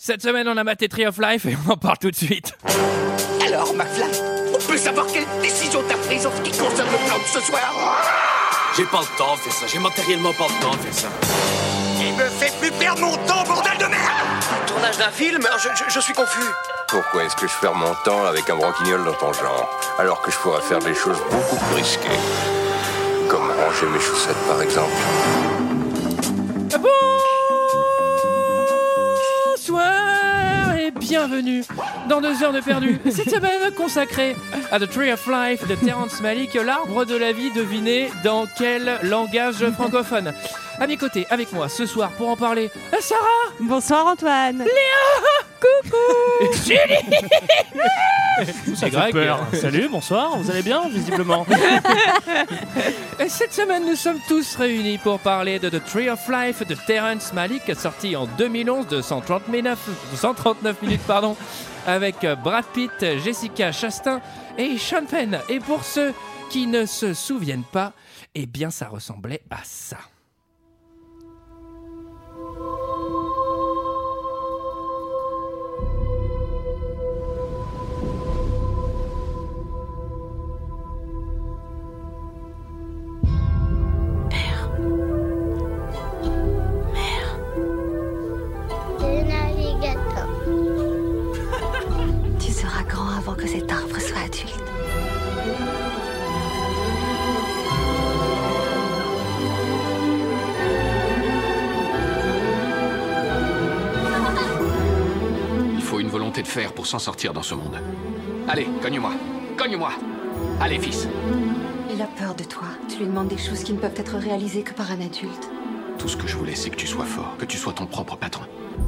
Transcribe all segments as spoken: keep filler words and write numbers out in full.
Cette semaine, on a maté Tree of Life et on en parle tout de suite. Alors, McFly, on peut savoir quelle décision t'as prise en ce qui concerne le plan de ce soir? J'ai pas le temps de faire ça, j'ai matériellement pas le temps de faire ça. Il me fait plus perdre mon temps, bordel de merde! Tournage d'un film? je, je, je suis confus. Pourquoi est-ce que je perds mon temps avec un branquignol dans ton genre, alors que je pourrais faire des choses beaucoup plus risquées? Comme ranger mes chaussettes, par exemple. Bonsoir et bienvenue dans deux heures de perdu. Cette semaine consacrée à The Tree of Life de Terrence Malick, l'arbre de la vie, devinez dans quel langage francophone. À mes côtés, avec moi ce soir pour en parler, Sarah. Bonsoir Antoine. Léa. Coucou. Julie. C'est Greg. Salut, bonsoir, vous allez bien, visiblement. Et cette semaine, nous sommes tous réunis pour parler de The Tree of Life de Terrence Malick, sorti en deux mille onze de cent trente-neuf minutes, pardon, avec Brad Pitt, Jessica Chastain et Sean Penn. Et pour ceux qui ne se souviennent pas, eh bien, ça ressemblait à ça. Avant que cet arbre soit adulte. Il faut une volonté de fer pour s'en sortir dans ce monde. Allez, cogne-moi, cogne-moi. Allez, fils. Il a peur de toi. Tu lui demandes des choses qui ne peuvent être réalisées que par un adulte. Tout ce que je voulais, c'est que tu sois fort, que tu sois ton propre patron.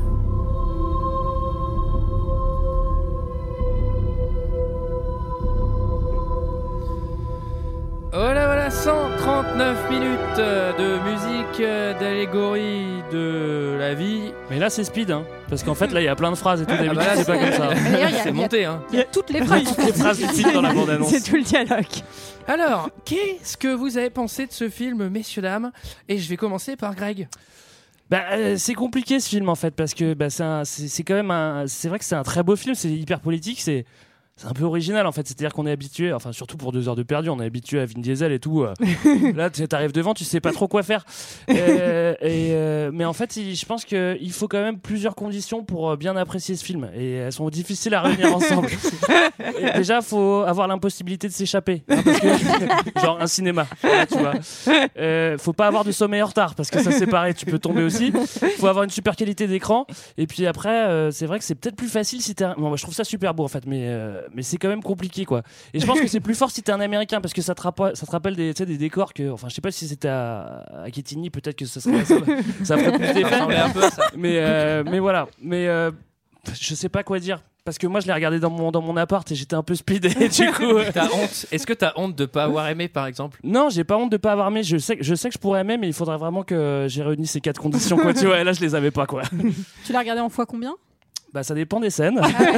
Voilà, voilà, cent trente-neuf minutes de musique, d'allégorie de la vie. Mais là, c'est speed, hein. Parce qu'en fait, là, il y a plein de phrases et tout. D'habitude, ah bah là, c'est pas comme ça. C'est monté, hein. Il y a toutes les phrases. Toutes les phrases du film dans la bande-annonce. C'est tout le dialogue. Alors, qu'est-ce que vous avez pensé de ce film, messieurs, dames? Et je vais commencer par Greg. Bah, euh, c'est compliqué ce film en fait, parce que bah, c'est, un, c'est, c'est quand même un. C'est vrai que c'est un très beau film, c'est hyper politique, c'est. C'est un peu original en fait, c'est-à-dire qu'on est habitué, enfin surtout pour deux heures de perdu, on est habitué à Vin Diesel et tout. Euh, là, t'arrives devant, tu sais pas trop quoi faire. Euh, et, euh, mais en fait, il, je pense qu'il faut quand même plusieurs conditions pour bien apprécier ce film, et elles sont difficiles à réunir ensemble. Et déjà, faut avoir l'impossibilité de s'échapper, hein, parce que, genre un cinéma, là, tu vois. Euh, faut pas avoir du sommeil en retard, parce que ça c'est pareil, tu peux tomber aussi. Faut avoir une super qualité d'écran, et puis après, euh, c'est vrai que c'est peut-être plus facile si t'es. Un... Bon, moi, je trouve ça super beau en fait, mais. Euh, mais c'est quand même compliqué quoi, et je pense que c'est plus fort si t'es un américain, parce que ça te rappelle, ça te rappelle des, des décors que, enfin je sais pas si c'était à, à Quetigny, peut-être que ça serait ça, ça ferait plus d'effet, un peu, ça. mais euh, mais voilà, mais euh, je sais pas quoi dire, parce que moi je l'ai regardé dans mon, dans mon appart et j'étais un peu speedé du coup. T'as honte? Est-ce que t'as honte de pas avoir aimé par exemple? Non, j'ai pas honte de pas avoir aimé, je sais, je sais que je pourrais aimer, mais il faudrait vraiment que j'ai réuni ces quatre conditions quoi, tu vois, et là je les avais pas quoi. Tu l'as regardé en fois combien? Bah ça dépend des scènes.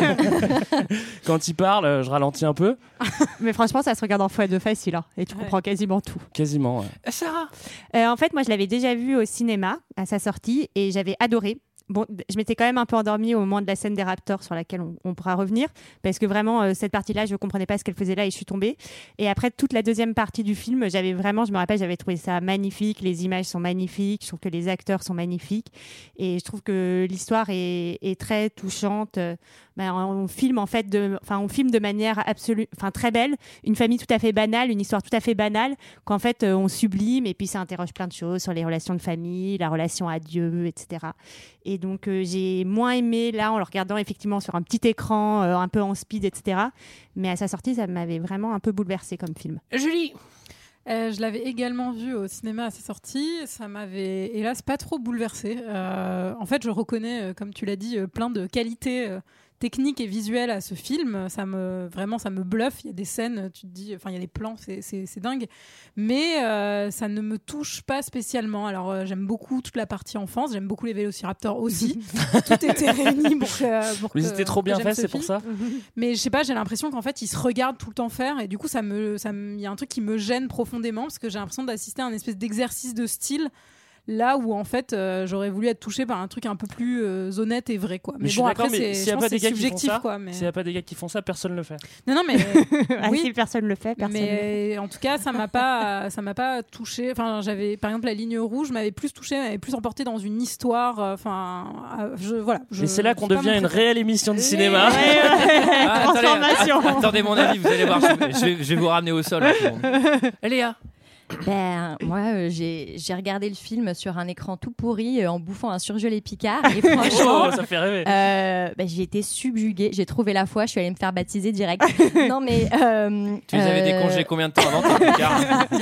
Quand il parle, je ralentis un peu. Mais franchement, ça se regarde en fois deux facile, hein, et tu ouais. comprends quasiment tout. Quasiment, ouais. Sarah, euh, en fait, moi, je l'avais déjà vu au cinéma à sa sortie et j'avais adoré. Bon, je m'étais quand même un peu endormie au moment de la scène des Raptors sur laquelle on, on pourra revenir, parce que vraiment euh, cette partie-là, je ne comprenais pas ce qu'elle faisait là et je suis tombée. Et après toute la deuxième partie du film, j'avais vraiment, je me rappelle, j'avais trouvé ça magnifique. Les images sont magnifiques, je trouve que les acteurs sont magnifiques et je trouve que l'histoire est, est très touchante. Ben, on filme en fait, de, enfin on filme de manière absolue, enfin très belle, une famille tout à fait banale, une histoire tout à fait banale, qu'en fait euh, on sublime et puis ça interroge plein de choses sur les relations de famille, la relation à Dieu, et cetera. Et donc euh, j'ai moins aimé là en le regardant effectivement sur un petit écran, euh, un peu en speed, et cetera. Mais à sa sortie, ça m'avait vraiment un peu bouleversée comme film. Julie. Euh, je l'avais également vu au cinéma à sa sortie. Ça m'avait, hélas, pas trop bouleversée. Euh, en fait, je reconnais, euh, comme tu l'as dit, euh, plein de qualités euh, techniques et visuelles à ce film. Ça me, vraiment, ça me bluffe. Il y a des scènes, tu te dis, enfin, il y a des plans, c'est, c'est, c'est dingue. Mais euh, ça ne me touche pas spécialement. Alors, euh, j'aime beaucoup toute la partie enfance. J'aime beaucoup les Vélociraptors aussi. Tout était réuni pour que. Pour Mais que, c'était trop bien fait, c'est film. pour ça. Mais je sais pas, j'ai l'impression qu'en fait, ils se regardent tout le temps faire. Et du coup, ça me, ça me, il y a un truc qui me gêne profondément parce que j'ai l'impression d'assister à un espèce d'exercice de style. là où en fait euh, j'aurais voulu être touchée par un truc un peu plus euh, honnête et vrai, quoi. Mais, Mais bon, je après, mais c'est, s'il je n'y a pense pas que des c'est gars qui font subjectif, ça, quoi. Mais... s'il n'y a pas des gars qui font ça, personne ne le fait. Non, non, mais ah, oui. si personne le fait, personne. Mais le fait. en tout cas, ça m'a pas, ça m'a pas touché. Enfin, j'avais, par exemple, la ligne rouge m'avait plus touché, m'avait plus emporté dans une histoire. Enfin, euh, je voilà. Je, Et c'est là qu'on c'est pas devient mon une préféré. réelle émission de cinéma. Ouais, ouais. Ah, attendez, Transformation. att- attendez mon avis, vous allez voir, je, je vais, je vais vous ramener au sol. Là, tout le monde. Et Léa? Ben, moi, euh, j'ai, j'ai regardé le film sur un écran tout pourri euh, en bouffant un surgelé Picard. Et franchement, Oh, ça fait rêver. euh, ben, j'ai été subjuguée. J'ai trouvé la foi. Je suis allée me faire baptiser direct. Non, mais. Euh, Tu les avais euh, décongelés combien de temps avant ton Picard?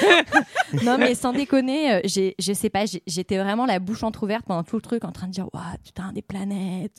Non, mais sans déconner, euh, j'ai, je sais pas, j'ai- j'étais vraiment la bouche entrouverte pendant tout le truc en train de dire waouh, putain, des planètes,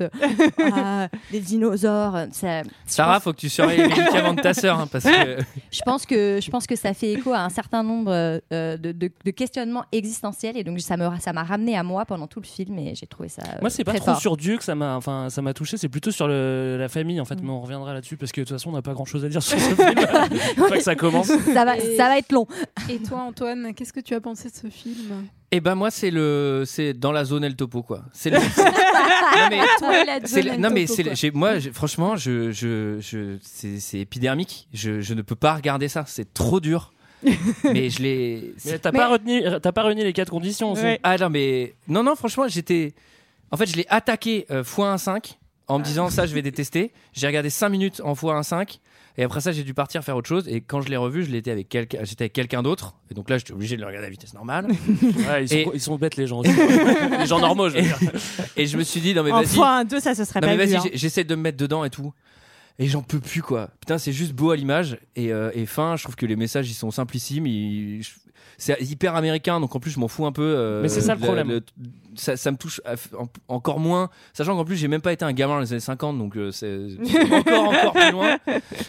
ah, des dinosaures. Ça, Sarah, faut que tu surveilles les médicaments de ta sœur, hein, parce que je pense que je pense que ça fait écho à un certain nombre euh, de, de, de questionnements existentiels et donc ça me ça m'a ramené à moi pendant tout le film et j'ai trouvé ça euh, Moi, c'est pas très trop fort. sur Dieu que ça m'a, enfin, ça m'a touché. C'est plutôt sur le, la famille, en fait. Mais on reviendra là-dessus parce que de toute façon, on n'a pas grand-chose à dire sur ce film. Faut pas que ça commence. Ça va Et- ça va être long. Et toi, Antoine, qu'est-ce que tu as pensé de ce film? eh ben moi c'est le c'est dans la zone El Topo quoi. C'est le... non mais Toilette, c'est zone le- El non mais Topo, c'est quoi. le- j'ai- moi j'ai- franchement je je je c'est c'est épidermique. Je je ne peux pas regarder ça, c'est trop dur. Mais je l'ai Mais t'as pas retenu, t'as pas réuni les quatre conditions aussi. Ouais. Ah non mais non non franchement j'étais en fait je l'ai attaqué euh, fois un virgule cinq en me disant ça je vais détester. J'ai regardé cinq minutes en fois un virgule cinq et après ça j'ai dû partir faire autre chose et quand je l'ai revu je l'étais avec quelqu'un j'étais avec quelqu'un d'autre et donc là j'étais obligé de le regarder à vitesse normale. Ouais, ils, sont, Et- ils sont bêtes les gens aussi. Les gens normaux je veux dire. Et je me suis dit non mais En vas-y. fois un, deux, ça, ce serait Non pas mais vu. vas-y, hein. j'ai- j'essaie de me mettre dedans et tout. Et j'en peux plus quoi. Putain, c'est juste beau à l'image et, euh, et fin. Je trouve que les messages ils sont simplissimes. Ils... je- C'est hyper américain, donc en plus je m'en fous un peu. euh, Mais c'est ça le la- problème. le- ça, ça me touche à- en- encore moins, sachant qu'en plus j'ai même pas été un gamin dans les années cinquante, donc euh, c'est c'est encore encore plus loin.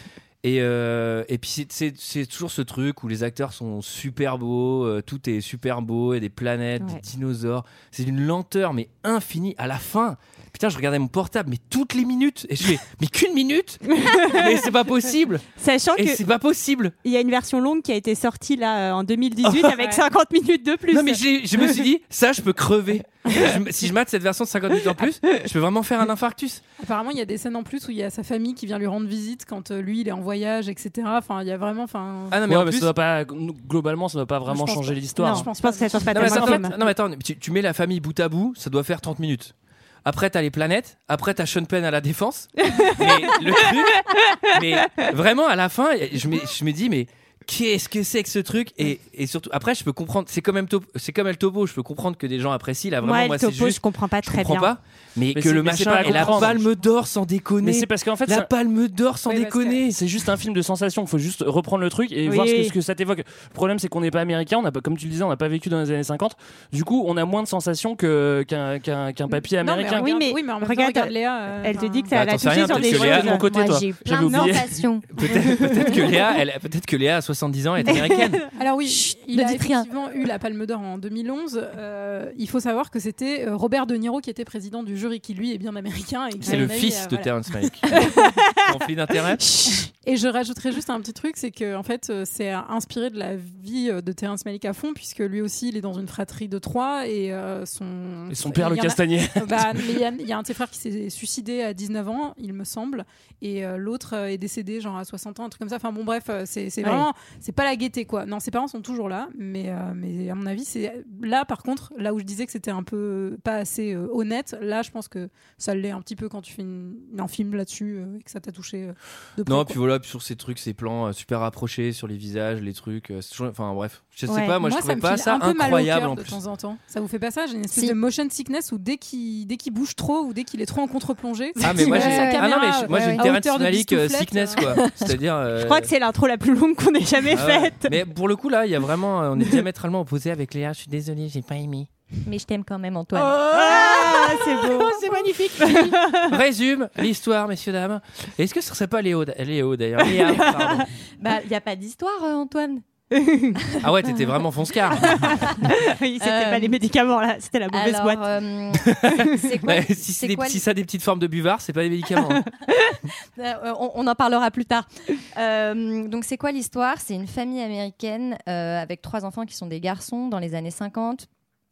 Et, euh, et puis c'est- c'est c'est toujours ce truc où les acteurs sont super beaux, euh, tout est super beau, et des planètes, Ouais. des dinosaures. C'est d'une lenteur mais infinie. À la fin, putain, je regardais mon portable mais toutes les minutes et je fais mais qu'une minute. Mais c'est pas possible. Sachant Et que c'est pas possible. il y a une version longue qui a été sortie là euh, en deux mille dix-huit avec cinquante minutes de plus. Non mais j'ai- je me suis dit ça je peux crever. Je me- si je mate cette version de cinquante minutes en plus, je peux vraiment faire un infarctus. Apparemment, il y a des scènes en plus où il y a sa famille qui vient lui rendre visite quand euh, lui il est en voyage, et cetera. Enfin, il y a vraiment, enfin. Ah non mais Mais, ouais, en mais plus ça doit pas, globalement, ça doit pas vraiment Je pense changer pas. l'histoire. Non, je pense je pense que ça pas. change pas Non mais, tellement ça, le en fait, film. non mais attends, tu, tu mets la famille bout à bout, ça doit faire trente minutes. Après t'as les planètes, après t'as Sean Penn à la défense. Mais le truc, mais vraiment à la fin, je me, je me dis mais qu'est-ce que c'est que ce truc et, et surtout après je peux comprendre, c'est quand même top, c'est comme El Topo, je peux comprendre que des gens apprécient là vraiment. Moi, moi le c'est topo, juste, je comprends pas je très comprends bien. pas, mais, Mais que c'est- le mais c'est machin pas à et la comprendre. Palme d'Or sans déconner. Mais c'est parce qu'en fait, la ça- Palme d'Or sans Oui, parce que- déconner. c'est juste un film de sensation. Il faut juste reprendre le truc et Oui. voir ce que, ce que ça t'évoque. Le problème, c'est qu'on n'est pas américain. On a pas, comme tu le disais, on n'a pas vécu dans les années cinquante. Du coup, on a moins de sensations que, qu'un, qu'un, qu'un papier Non, mais américain. regarde- Oui, mais oui, mais en même regarde, temps, regarde Léa. euh, Elle te enfin, dit que ça Bah, l'a t'en sais touché rien, sur peut-être des que choses. Léa- de mon côté, Moi, toi. j'ai eu plein J'avais de oublié. sensations. Peut-être, peut-être que Léa, elle, peut-être que Léa à soixante-dix ans est américaine. Alors oui, Chut, il ne a dites rien. effectivement eu la Palme d'Or en deux mille onze. Euh, il faut savoir que c'était euh, Robert De Niro qui était président du jury, qui lui est bien américain. Et qui, C'est à le mon avis, fils euh, de voilà. Terrence Malick. Conflit d'intérêt. Et je rajouterais juste un petit truc, c'est que en fait, euh, c'est inspiré de la vie euh, de Terrence Malick à fond, puisque lui aussi, il est dans une fratrie de trois et euh, son Et son père, il le y en a- castagnier. Bah, mais il y, a- il y a un de ses frères qui s'est suicidé à dix-neuf ans, il me semble, et euh, l'autre euh, est décédé genre à soixante ans, un truc comme ça. Enfin bon, bref, euh, c'est c'est Ouais. vraiment, c'est pas la gaieté quoi. Non, ses parents sont toujours là, mais euh, mais à mon avis, c'est là par contre, là où je disais que c'était un peu pas assez euh, honnête, là je pense que ça l'est un petit peu quand tu fais une- un film là-dessus euh, et que ça t'a touché euh, de près. Non, quoi. puis voilà, puis sur ces trucs, ces plans euh, super rapprochés sur les visages, les trucs. euh, c'est toujours- Enfin bref, je sais Ouais. pas, moi, je ça trouvais me pas file ça un peu mal au incroyable cœur en de plus. temps en temps. Ça vous fait pas ça? J'ai une espèce Si. de motion sickness où dès qu'il dès qu'il bouge trop ou dès qu'il est trop en contre-plongée, Ah mais moi Ouais, j'ai ouais, ah non mais caméra, je- moi j'ai ouais, une à Terrence hauteur de Malick euh, bistouflette, sickness euh. quoi. C'est-à-dire euh, Je crois que c'est l'intro la plus longue qu'on ait jamais ah ouais. faite. Mais pour le coup là, il y a vraiment euh, on est diamétralement opposés avec Léa, je suis désolée, j'ai pas aimé. Mais je t'aime quand même, Antoine. Ah, c'est beau. c'est magnifique. Résume l'histoire messieurs dames. Est-ce que ce serait pas Léo d- Léo d'ailleurs Léa, pardon. Bah, il y a pas d'histoire, euh, Antoine. Ah ouais, t'étais vraiment fonce-car. Oui, c'était Euh, pas les médicaments là, c'était la mauvaise Alors, boîte. euh, c'est quoi, Ouais, si, c'est c'est des- quoi si ça a des petites formes de buvard, c'est pas des médicaments. hein. Euh, on, on en parlera plus tard. Euh, donc, c'est quoi l'histoire? C'est une famille américaine euh, avec trois enfants qui sont des garçons dans les années cinquante.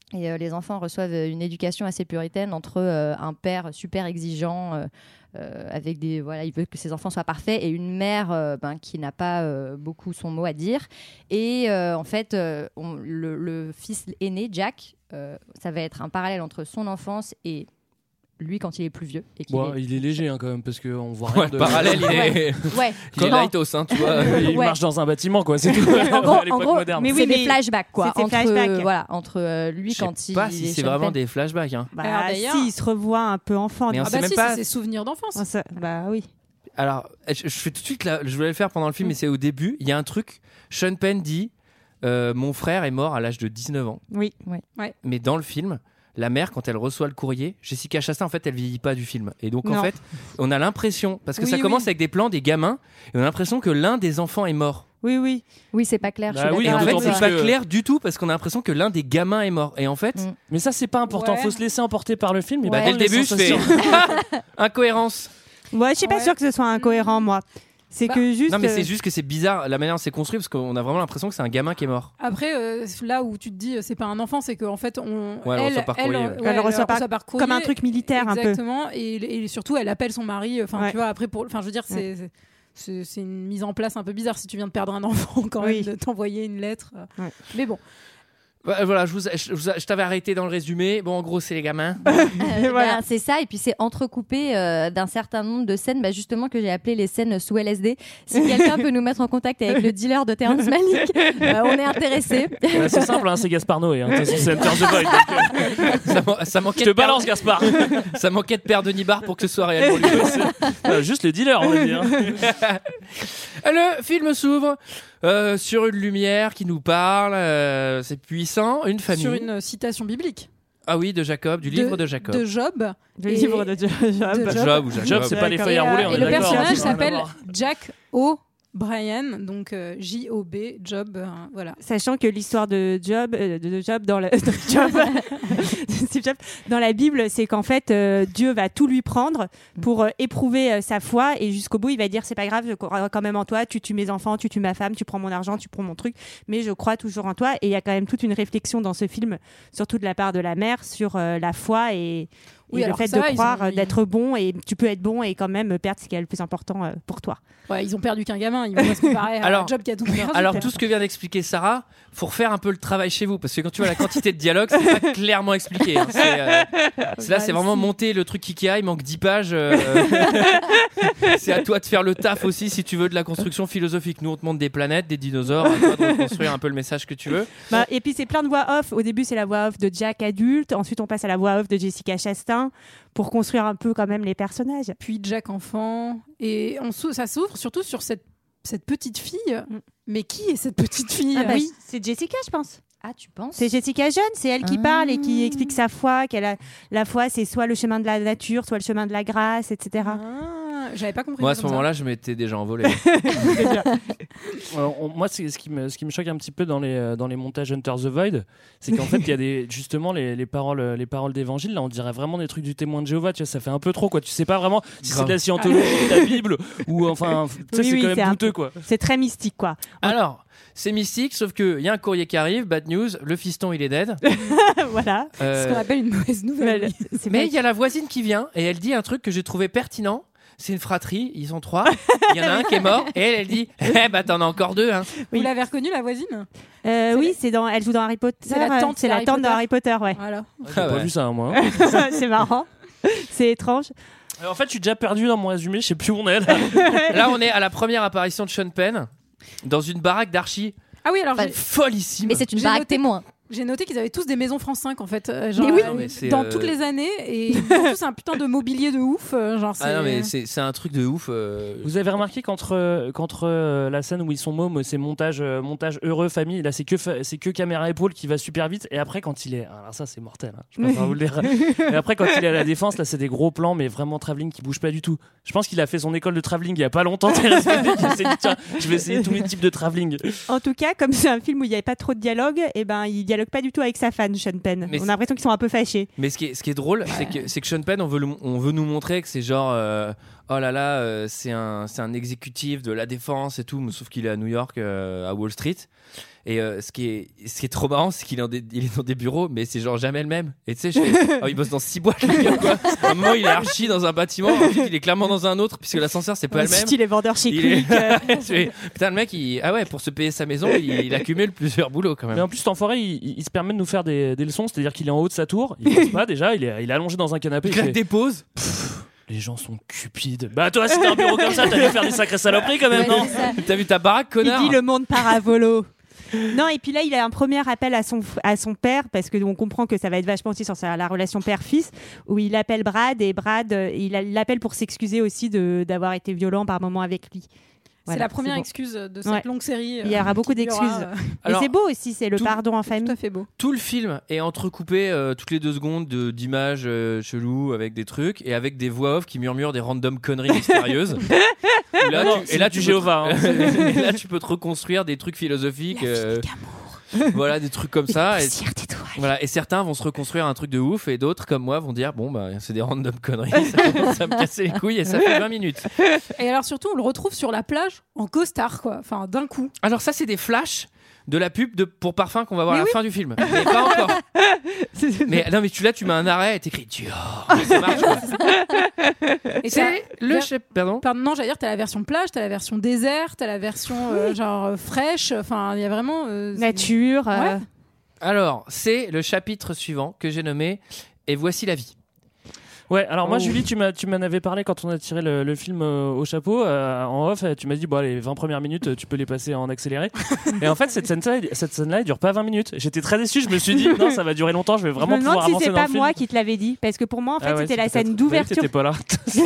Et euh, les enfants reçoivent une éducation assez puritaine entre euh, un père super exigeant, euh, euh, avec des voilà, il veut que ses enfants soient parfaits, et une mère euh, ben, qui n'a pas euh, beaucoup son mot à dire. Et euh, en fait, euh, on, le, le fils aîné, Jack, euh, ça va être un parallèle entre son enfance et lui quand il est plus vieux. Et Bon, est... il est léger hein, quand même, parce qu'on voit rien Ouais, de... le parallèle, il est, ouais. il est lightos, hein, tu vois. Il Ouais. marche dans un bâtiment, quoi, c'est tout. En gros, à l'époque en gros, moderne. Mais oui, c'est mais des flashbacks, quoi. c'est des Entre, flashbacks. voilà, entre euh, lui Je sais quand il pas si est c'est Sean vraiment Penn. des flashbacks. Hein. Bah, Alors, d'ailleurs- si, il se revoit un peu enfant. Mais on Ah sait bah même si, pas- c'est ses souvenirs d'enfance. Ah, ça- Bah oui. Alors, je, je fais tout de suite là, je voulais le faire pendant le film, mais c'est au début. Il y a un truc. Sean Penn dit euh, mon frère est mort à l'âge de dix-neuf ans. Oui. Ouais. Ouais. Mais dans le film, la mère, quand elle reçoit le courrier, Jessica Chastain, en fait, elle vieillit pas du film. Et donc, en Non. fait, on a l'impression, parce que Oui, ça oui. commence avec des plans des gamins, et on a l'impression que l'un des enfants est mort. Oui, oui. Oui, c'est pas clair. je Bah suis oui, Et en d'accord fait, avec d'autant c'est toi. plus pas que- clair du tout, parce qu'on a l'impression que l'un des gamins est mort. Et en fait, Mm. Mais ça, c'est pas important. Ouais. Faut se laisser emporter par le film. Et bah, Ouais. dès le les début, je fais sensations. incohérence. Moi, je suis pas Ouais. sûre que ce soit incohérent, moi. C'est Bah, que juste. Non, mais euh, c'est juste que c'est bizarre la manière dont c'est construit, parce qu'on a vraiment l'impression que c'est un gamin qui est mort. Après, euh, là où tu te dis euh, c'est pas un enfant, c'est qu'en fait, on, Ouais, elle elle, reçoit par courrier, elle, ouais. ouais, Elle reçoit par- par courrier. comme un truc militaire un peu. Exactement. Et, et surtout, elle appelle son mari. Enfin, Ouais. tu vois, après, pour, enfin, je veux dire, c'est. c'est- C'est c'est une mise en place un peu bizarre si tu viens de perdre un enfant quand Oui. même de t'envoyer une lettre. Ouais. Mais bon, Bah, voilà, je, vous, je, vous- je t'avais arrêté dans le résumé. Bon, en gros, c'est les gamins. Euh, Voilà. bah, c'est ça, et puis c'est entrecoupé euh, d'un certain nombre de scènes, bah, justement que j'ai appelé les scènes sous L S D. Si quelqu'un peut nous mettre en contact avec le dealer de Terrence Malick, euh, on est intéressé. Ouais, c'est simple, hein, c'est Gaspard Noé. Hein. De toute façon, c'est Enter the Void. donc, euh, ça, man- ça manquait Je te de père- balance, Gaspard. ça manquait de père Denis Barre pour que ce soit réel pour lui. Euh, juste le dealer, on va dire. Le film s'ouvre euh, sur une lumière qui nous parle. euh, c'est puissant. Une famille. sur une citation biblique Ah oui, de Jacob, du livre de Jacob. de Job. Le Et- livre de Job. de Job Job. ou Jacob. Job, c'est pas les D'accord. feuilles à Et, euh, rouler, on et est le d'accord. personnage Ça n'a rien à s'appelle voir. Jack O'Brien, donc euh, J O B, Job, euh, voilà. Sachant que l'histoire de Job, euh, de Job dans, le, de Job, de Steve Jobs, dans la Bible, c'est qu'en fait euh, Dieu va tout lui prendre pour euh, éprouver euh, sa foi, et jusqu'au bout il va dire c'est pas grave, je crois quand même en toi, tu tues mes enfants, tu tues ma femme, tu prends mon argent, tu prends mon truc, mais je crois toujours en toi. Et il y a quand même toute une réflexion dans ce film, surtout de la part de la mère, sur euh, la foi et, Oui, et le alors fait ça de va, ils croire, ont- euh, d'être bon, et tu peux être bon et quand même perdre ce qui est le plus important euh, pour toi. Ouais, ils ont perdu qu'un gamin, ils vont pas se comparer à Alors- un Job qui a tout perdu. Alors tout ce que vient d'expliquer Sarah, faut refaire un peu le travail chez vous, parce que quand tu vois la quantité de dialogue, c'est pas clairement expliqué. hein. C'est, euh, c'est là, c'est vraiment monter le truc Ikea, il manque dix pages. euh, c'est à toi de faire le taf aussi si tu veux de la construction philosophique. Nous on te montre des planètes, des dinosaures, à toi de reconstruire un peu le message que tu veux. Bah, et puis c'est plein de voix off. Au début, c'est la voix off de Jack adulte. Ensuite, on passe à la voix off de Jessica Chastain pour construire un peu quand même les personnages. Puis Jack enfant, et on s'ou- ça s'ouvre surtout sur cette, cette petite fille. Mm. Mais qui est cette petite fille Ah bah, oui, c'est Jessica, je pense. Ah, tu penses C'est Jessica jeune, c'est elle qui Ah. parle et qui explique sa foi, qu'elle a la foi, c'est soit le chemin de la nature, soit le chemin de la grâce, et cetera. Ah, j'avais pas compris. Moi à ça ce comme ça. moment-là, je m'étais déjà envolé. Euh, on- moi, c'est ce qui me ce qui me choque un petit peu dans les euh, dans les montages Enter the Void, c'est qu'en fait, il y a des justement les, les paroles euh, les paroles d'évangile. Là, on dirait vraiment des trucs du témoin de Jéhovah. Tu vois, ça fait un peu trop, quoi. Tu sais pas vraiment si c'est de la scientologie, de la Bible, ou enfin, tu sais, Oui, c'est oui, quand c'est même un douteux, peu- quoi. C'est très mystique, quoi. Alors, c'est mystique, sauf qu'il y a un courrier qui arrive, bad news, le fiston il est dead. Voilà. Euh, Ce qu'on appelle une mauvaise nouvelle. Well, oui. c'est Mais vrai. il y a la voisine qui vient et elle dit un truc que j'ai trouvé pertinent. C'est une fratrie, ils sont trois. Il y en a un qui est mort et elle, elle dit eh bah t'en as encore deux. Hein. Vous l'avez reconnue, la voisine Euh, oui, c'est dans, elle joue dans Harry Potter. C'est la tante C'est la d'Harry tante de Potter. Harry Potter, ouais. Voilà. J'ai Ah pas ouais. vu ça, moi. hein. C'est marrant. C'est étrange. Alors, en fait, je suis déjà perdu dans mon résumé. Je sais plus où on est. Là. Là, on est à la première apparition de Sean Penn dans une baraque d'archi Ah oui, alors Bah, j'ai- follissime. Mais c'est une J'ai baraque noté- témoin. j'ai noté qu'ils avaient tous des maisons France cinq en fait. euh, genre, Mais oui. euh, Non, mais c'est, dans euh, toutes les années, et ils ont tous un putain de mobilier de ouf. euh, genre, Ah non, mais c'est- c'est c'est un truc de ouf. euh. Vous avez remarqué qu'entre euh, qu'entre euh, la scène où ils sont mômes, c'est montage euh, montage heureux famille. Là, c'est que fa- c'est que caméra épaule qui va super vite. Et après, quand il est, alors ça, c'est mortel. Hein, je peux pas vous le dire. Et après, quand il est à la défense, là, c'est des gros plans, mais vraiment travelling qui bouge pas du tout. Je pense qu'il a fait son école de travelling il y a pas longtemps. Thérèse Bédé, qui s'est dit tiens, je vais essayer tous les types de travelling. En tout cas, comme c'est un film où il n'y avait pas trop de dialogue, et ben il dialogue pas du tout avec sa fan, Sean Penn. Mais on c'est- a l'impression qu'ils sont un peu fâchés. Mais ce qui est, ce qui est drôle, c'est que, c'est que Sean Penn, on veut, le- on veut nous montrer que c'est genre. euh, oh là là, euh, c'est un, c'est un exécutif de la défense et tout, sauf qu'il est à New York, euh, à Wall Street. Et euh, ce, qui est, ce qui est trop marrant, c'est qu'il est, dans des, il est dans des bureaux, mais c'est genre jamais le même. Et tu sais, je fais, oh, il bosse dans six boîtes, le gars, quoi. À un moment, il est archi dans un bâtiment, ensuite, il est clairement dans un autre, puisque l'ascenseur, c'est pas le même. Ensuite, il est vendeur chez Il Quick. est... fais, putain, le mec, il... ah ouais, pour se payer sa maison, il, il accumule plusieurs boulots quand même. Mais en plus, cet enfoiré, il, il se permet de nous faire des, des leçons, c'est-à-dire qu'il est en haut de sa tour, il bosse pas déjà, il est, il est allongé dans un canapé. Il claque des pauses. Les gens sont cupides. Bah toi, si t'as un bureau comme ça, t'as dû faire des sacrées saloperies quand même, Ouais, non? c'est T'as vu ta baraque, connard? Il dit le monde paravolo. Non, et puis là, il a un premier appel à son, à son père, parce que on comprend que ça va être vachement aussi sur sa, la relation père-fils, où il appelle Brad, et Brad, euh, il, a- il l'appelle pour s'excuser aussi de, d'avoir été violent par moment avec lui. C'est Voilà, la première beau. excuse de cette Ouais. longue série. Il y aura beaucoup qui durera, d'excuses. euh, Et Alors, c'est beau aussi, c'est le tout- pardon en famille. Tout à fait beau. Tout le film est entrecoupé euh, toutes les deux secondes de, d'images euh, cheloues avec des trucs et avec des voix off qui murmurent des random conneries mystérieuses. Et là, Non, tu, c'est et là, du tu Jéhovah, peux, hein. et là, tu peux te reconstruire des trucs philosophiques. euh, voilà, des trucs comme ça. Et, voilà, et certains vont se reconstruire un truc de ouf et d'autres, comme moi, vont dire bon, bah, c'est des random conneries. Ça commence à me casser les couilles et ça fait vingt minutes. Et alors surtout, on le retrouve sur la plage en costard, quoi. Enfin, d'un coup. Alors, ça, c'est des flashs de la pub de, pour parfum qu'on va voir Mais à la oui. fin du film. Mais pas encore. Mais non, mais tu là, tu mets un arrêt et t'écris Dior. Ça marche, quoi. Et C'est t'as- le ver- chef. Pardon. Pardon, non, j'allais dire, t'as la version plage, t'as la version désert, t'as la version euh, genre euh, fraîche. Enfin, il y a vraiment euh, c'est- Nature. euh, Ouais. Alors, c'est le chapitre suivant que j'ai nommé Et voici la vie. Ouais, alors moi, Oh. Julie, tu m'as, tu m'en avais parlé quand on a tiré le, le film euh, au chapeau, euh, en off, tu m'as dit, bon, les vingt premières minutes, euh, tu peux les passer en accéléré. Et en fait, cette scène-là, cette scène-là, elle dure pas vingt minutes. J'étais très déçu, je me suis dit, non, ça va durer longtemps, je vais Je vraiment me pouvoir demande si avancer c'est dans pas le film. moi qui te l'avais dit, parce que pour moi, en fait, Ah ouais, c'était c'est la scène peut-être- d'ouverture. T'étais pas là.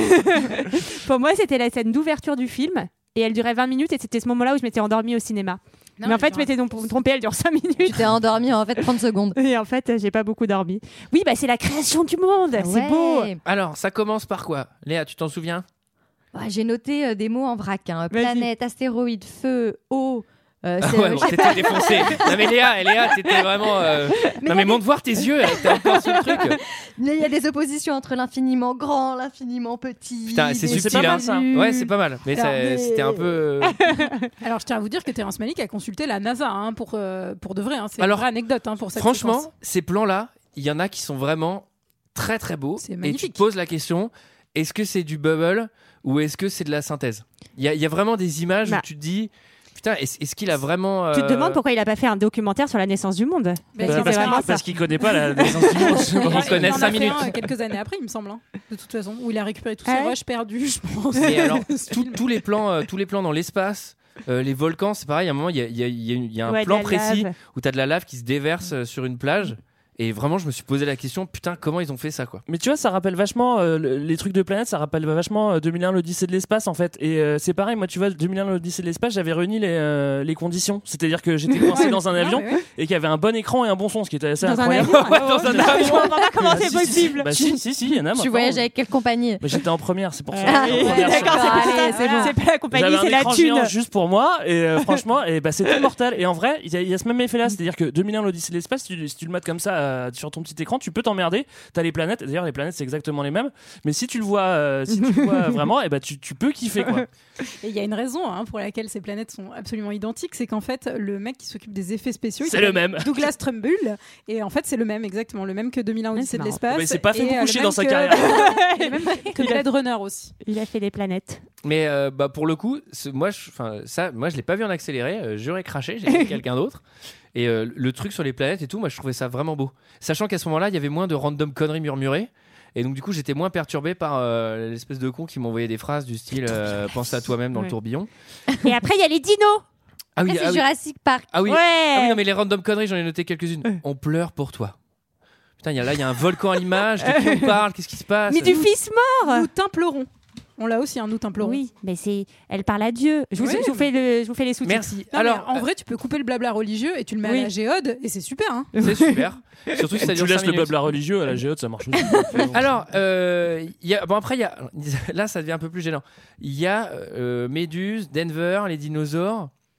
Pour moi, c'était la scène d'ouverture du film. Et elle durait vingt minutes et c'était ce moment-là où je m'étais endormie au cinéma. Non, mais en mais fait, je m'étais donc trompée, elle dure cinq Tu minutes. t'es endormi en fait trente secondes. Et en fait, j'ai pas beaucoup dormi. Oui, bah c'est la création du monde, c'est Ouais. beau. Alors, ça commence par quoi? Léa, tu t'en souviens? Ouais, j'ai noté euh, des mots en vrac. Hein. Vas-y. Planète, astéroïde, feu, eau. Euh, Ah c'est- ouais, euh, bon, t'étais défoncé. Non mais Léa, Léa, t'étais vraiment. euh, Mais non mais montre voir tes yeux, t'es encore sur le truc. Mais il y a des oppositions entre l'infiniment grand, l'infiniment petit. Putain, c'est des subtil, pas hein. mal, ça. Ouais, c'est pas mal. Mais Alors, ça- mais- c'était un peu. euh, Alors, je tiens à vous dire que Terrence Malick a consulté la NASA hein, pour, euh, pour de vrai. Hein. C'est Alors, une vraie anecdote hein, pour cette Franchement, séquence. ces plans-là, il y en a qui sont vraiment très très beaux. C'est Et tu magnifique. te poses la question est-ce que c'est du bubble ou est-ce que c'est de la synthèse? Il y, a- il y a vraiment des images Bah. où tu te dis putain, est-ce, est-ce qu'il a vraiment. Tu te euh, demandes pourquoi il a pas fait un documentaire sur la naissance du monde. Mais Parce Bah, que parce, c'est qu'il- vraiment ça. parce qu'il connaît pas la naissance du monde. Il On en- connaît il en a cinq fait minutes. un, euh, quelques années après, il me semble, hein, de toute façon, où il a récupéré tous Ah ses ouais rushs perdus, je pense. Mais alors, Ce tout- film. tous les plans, euh, tous les plans dans l'espace. euh, les volcans, c'est pareil. À un moment, il y a, il y a- il y a une- il y a un Ouais, de plan la précis lave. où tu as de la lave qui se déverse euh, sur une plage. Et vraiment, je me suis posé la question putain, comment ils ont fait ça, quoi? Mais tu vois, ça rappelle vachement euh, le- les trucs de planète, ça rappelle vachement euh, deux mille un l'Odyssée de l'espace en fait. Et euh, c'est pareil, moi tu vois, deux mille un l'Odyssée de l'espace, j'avais réuni les, euh, les conditions. C'est-à-dire que j'étais coincé dans un Non, avion mais ouais. et qu'il y avait un bon écran et un bon son, ce qui était assez Dans un incroyable. avion. Ouais, dans un Je avion. comprends pas comment Ah, c'est si, si, si. possible. Bah si, si, si, il y en a. Tu maintenant. voyages avec quelle compagnie? Bah, j'étais en première, c'est pour ça. Ah, J'étais en oui, première, d'accord, c'est- c'est pour Allez, ça. c'est bon. C'est pas la compagnie, J'avais un c'est la écran thune. géant juste pour moi et euh, franchement et bah c'était mortel et en vrai il y, a- il y a ce même effet là, c'est-à-dire que deux mille un l'Odyssée de l'espace, si tu, si tu le mates comme ça euh, sur ton petit écran, tu peux t'emmerder. T'as les planètes, d'ailleurs les planètes c'est exactement les mêmes, mais si tu le vois euh, si tu le vois vraiment et bah tu, tu peux kiffer quoi. Et il y a une raison hein, pour laquelle ces planètes sont absolument identiques, c'est qu'en fait, le mec qui s'occupe des effets spéciaux, il C'est le s'appelle même. Douglas Trumbull, et en fait, c'est le même, exactement, le même que deux mille un Ouais, Odyssée c'est de marrant. l'espace. Mais c'est pas fait et, beaucoup euh, le chier même dans sa que- carrière. et le même que Blade Runner aussi. Il a fait les planètes. Mais euh, bah, pour le coup, ce- moi, je, 'fin, ça, moi, je l'ai pas vu en accéléré. euh, j'aurais craché, j'ai vu quelqu'un d'autre. Et euh, le truc sur les planètes et tout, moi, je trouvais ça vraiment beau. Sachant qu'à ce moment-là, il y avait moins de random conneries murmurées. Et donc, du coup, j'étais moins perturbé par euh, l'espèce de con qui m'envoyait des phrases du style euh, pense à toi-même dans Ouais. le tourbillon. Et après, il y a les dinos. Ah oui, Ah, c'est ah oui. Jurassic Park. Ah oui. Ouais. Ah oui, non, mais les random conneries, j'en ai noté quelques-unes. On pleure pour toi. Putain, il y a là, il y a un volcan à l'image. De qui on parle? Qu'est-ce qui se passe? Mais du fils mort. Nous t'implorons. On l'a aussi, un nous t'implorons. Oui, mais c'est. Elle parle à Dieu. Je vous, Oui, je vous fais le, je vous fais les sous-titres. Merci. Non, Alors, mais en vrai, tu peux couper le blabla religieux et tu le mets Oui. à la géode et c'est super. Hein. c'est super. Surtout si ça Tu dure laisses cinq le minutes. blabla religieux à la géode, ça marche aussi. Alors, euh, il y a, bon après, il y a, là, ça devient un peu plus gênant. Il y a euh, Méduse, Denver, les dinosaures.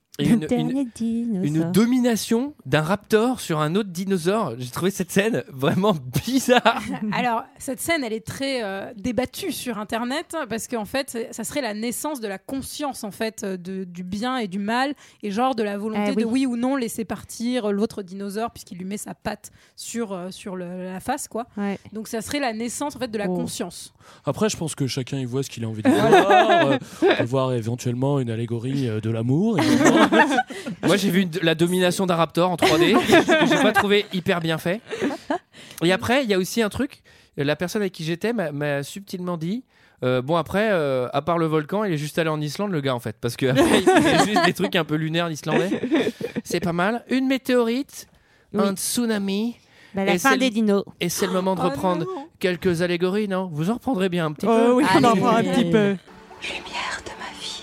Et une, une, une domination d'un raptor sur un autre dinosaure. J'ai trouvé cette scène vraiment bizarre. Alors, cette scène, elle est très euh, débattue sur Internet parce qu'en fait, ça serait la naissance de la conscience en fait de, du bien et du mal et genre de la volonté euh, oui. de oui ou non laisser partir l'autre dinosaure puisqu'il lui met sa patte sur euh, sur le, la face quoi. Ouais. Donc, ça serait la naissance en fait de la oh. conscience. Après, je pense que chacun y voit ce qu'il a envie de voir. euh, on peut voir éventuellement une allégorie euh, de l'amour. Moi, j'ai vu une, la domination d'un raptor en trois D que j'ai pas trouvé hyper bien fait. Et après, il y a aussi un truc. La personne avec qui j'étais m'a, m'a subtilement dit. Euh, bon après, euh, à part le volcan, il est juste allé en Islande, le gars en fait, parce que après, il fait juste des trucs un peu lunaires islandais. C'est pas mal. Une météorite, oui. Un tsunami. Bah, la et fin c'est des le... dinos. Et c'est le moment de reprendre oh quelques allégories, non ? Vous en reprendrez bien un petit oh, peu. Oui, on en reprend un petit peu. Lumière de ma vie.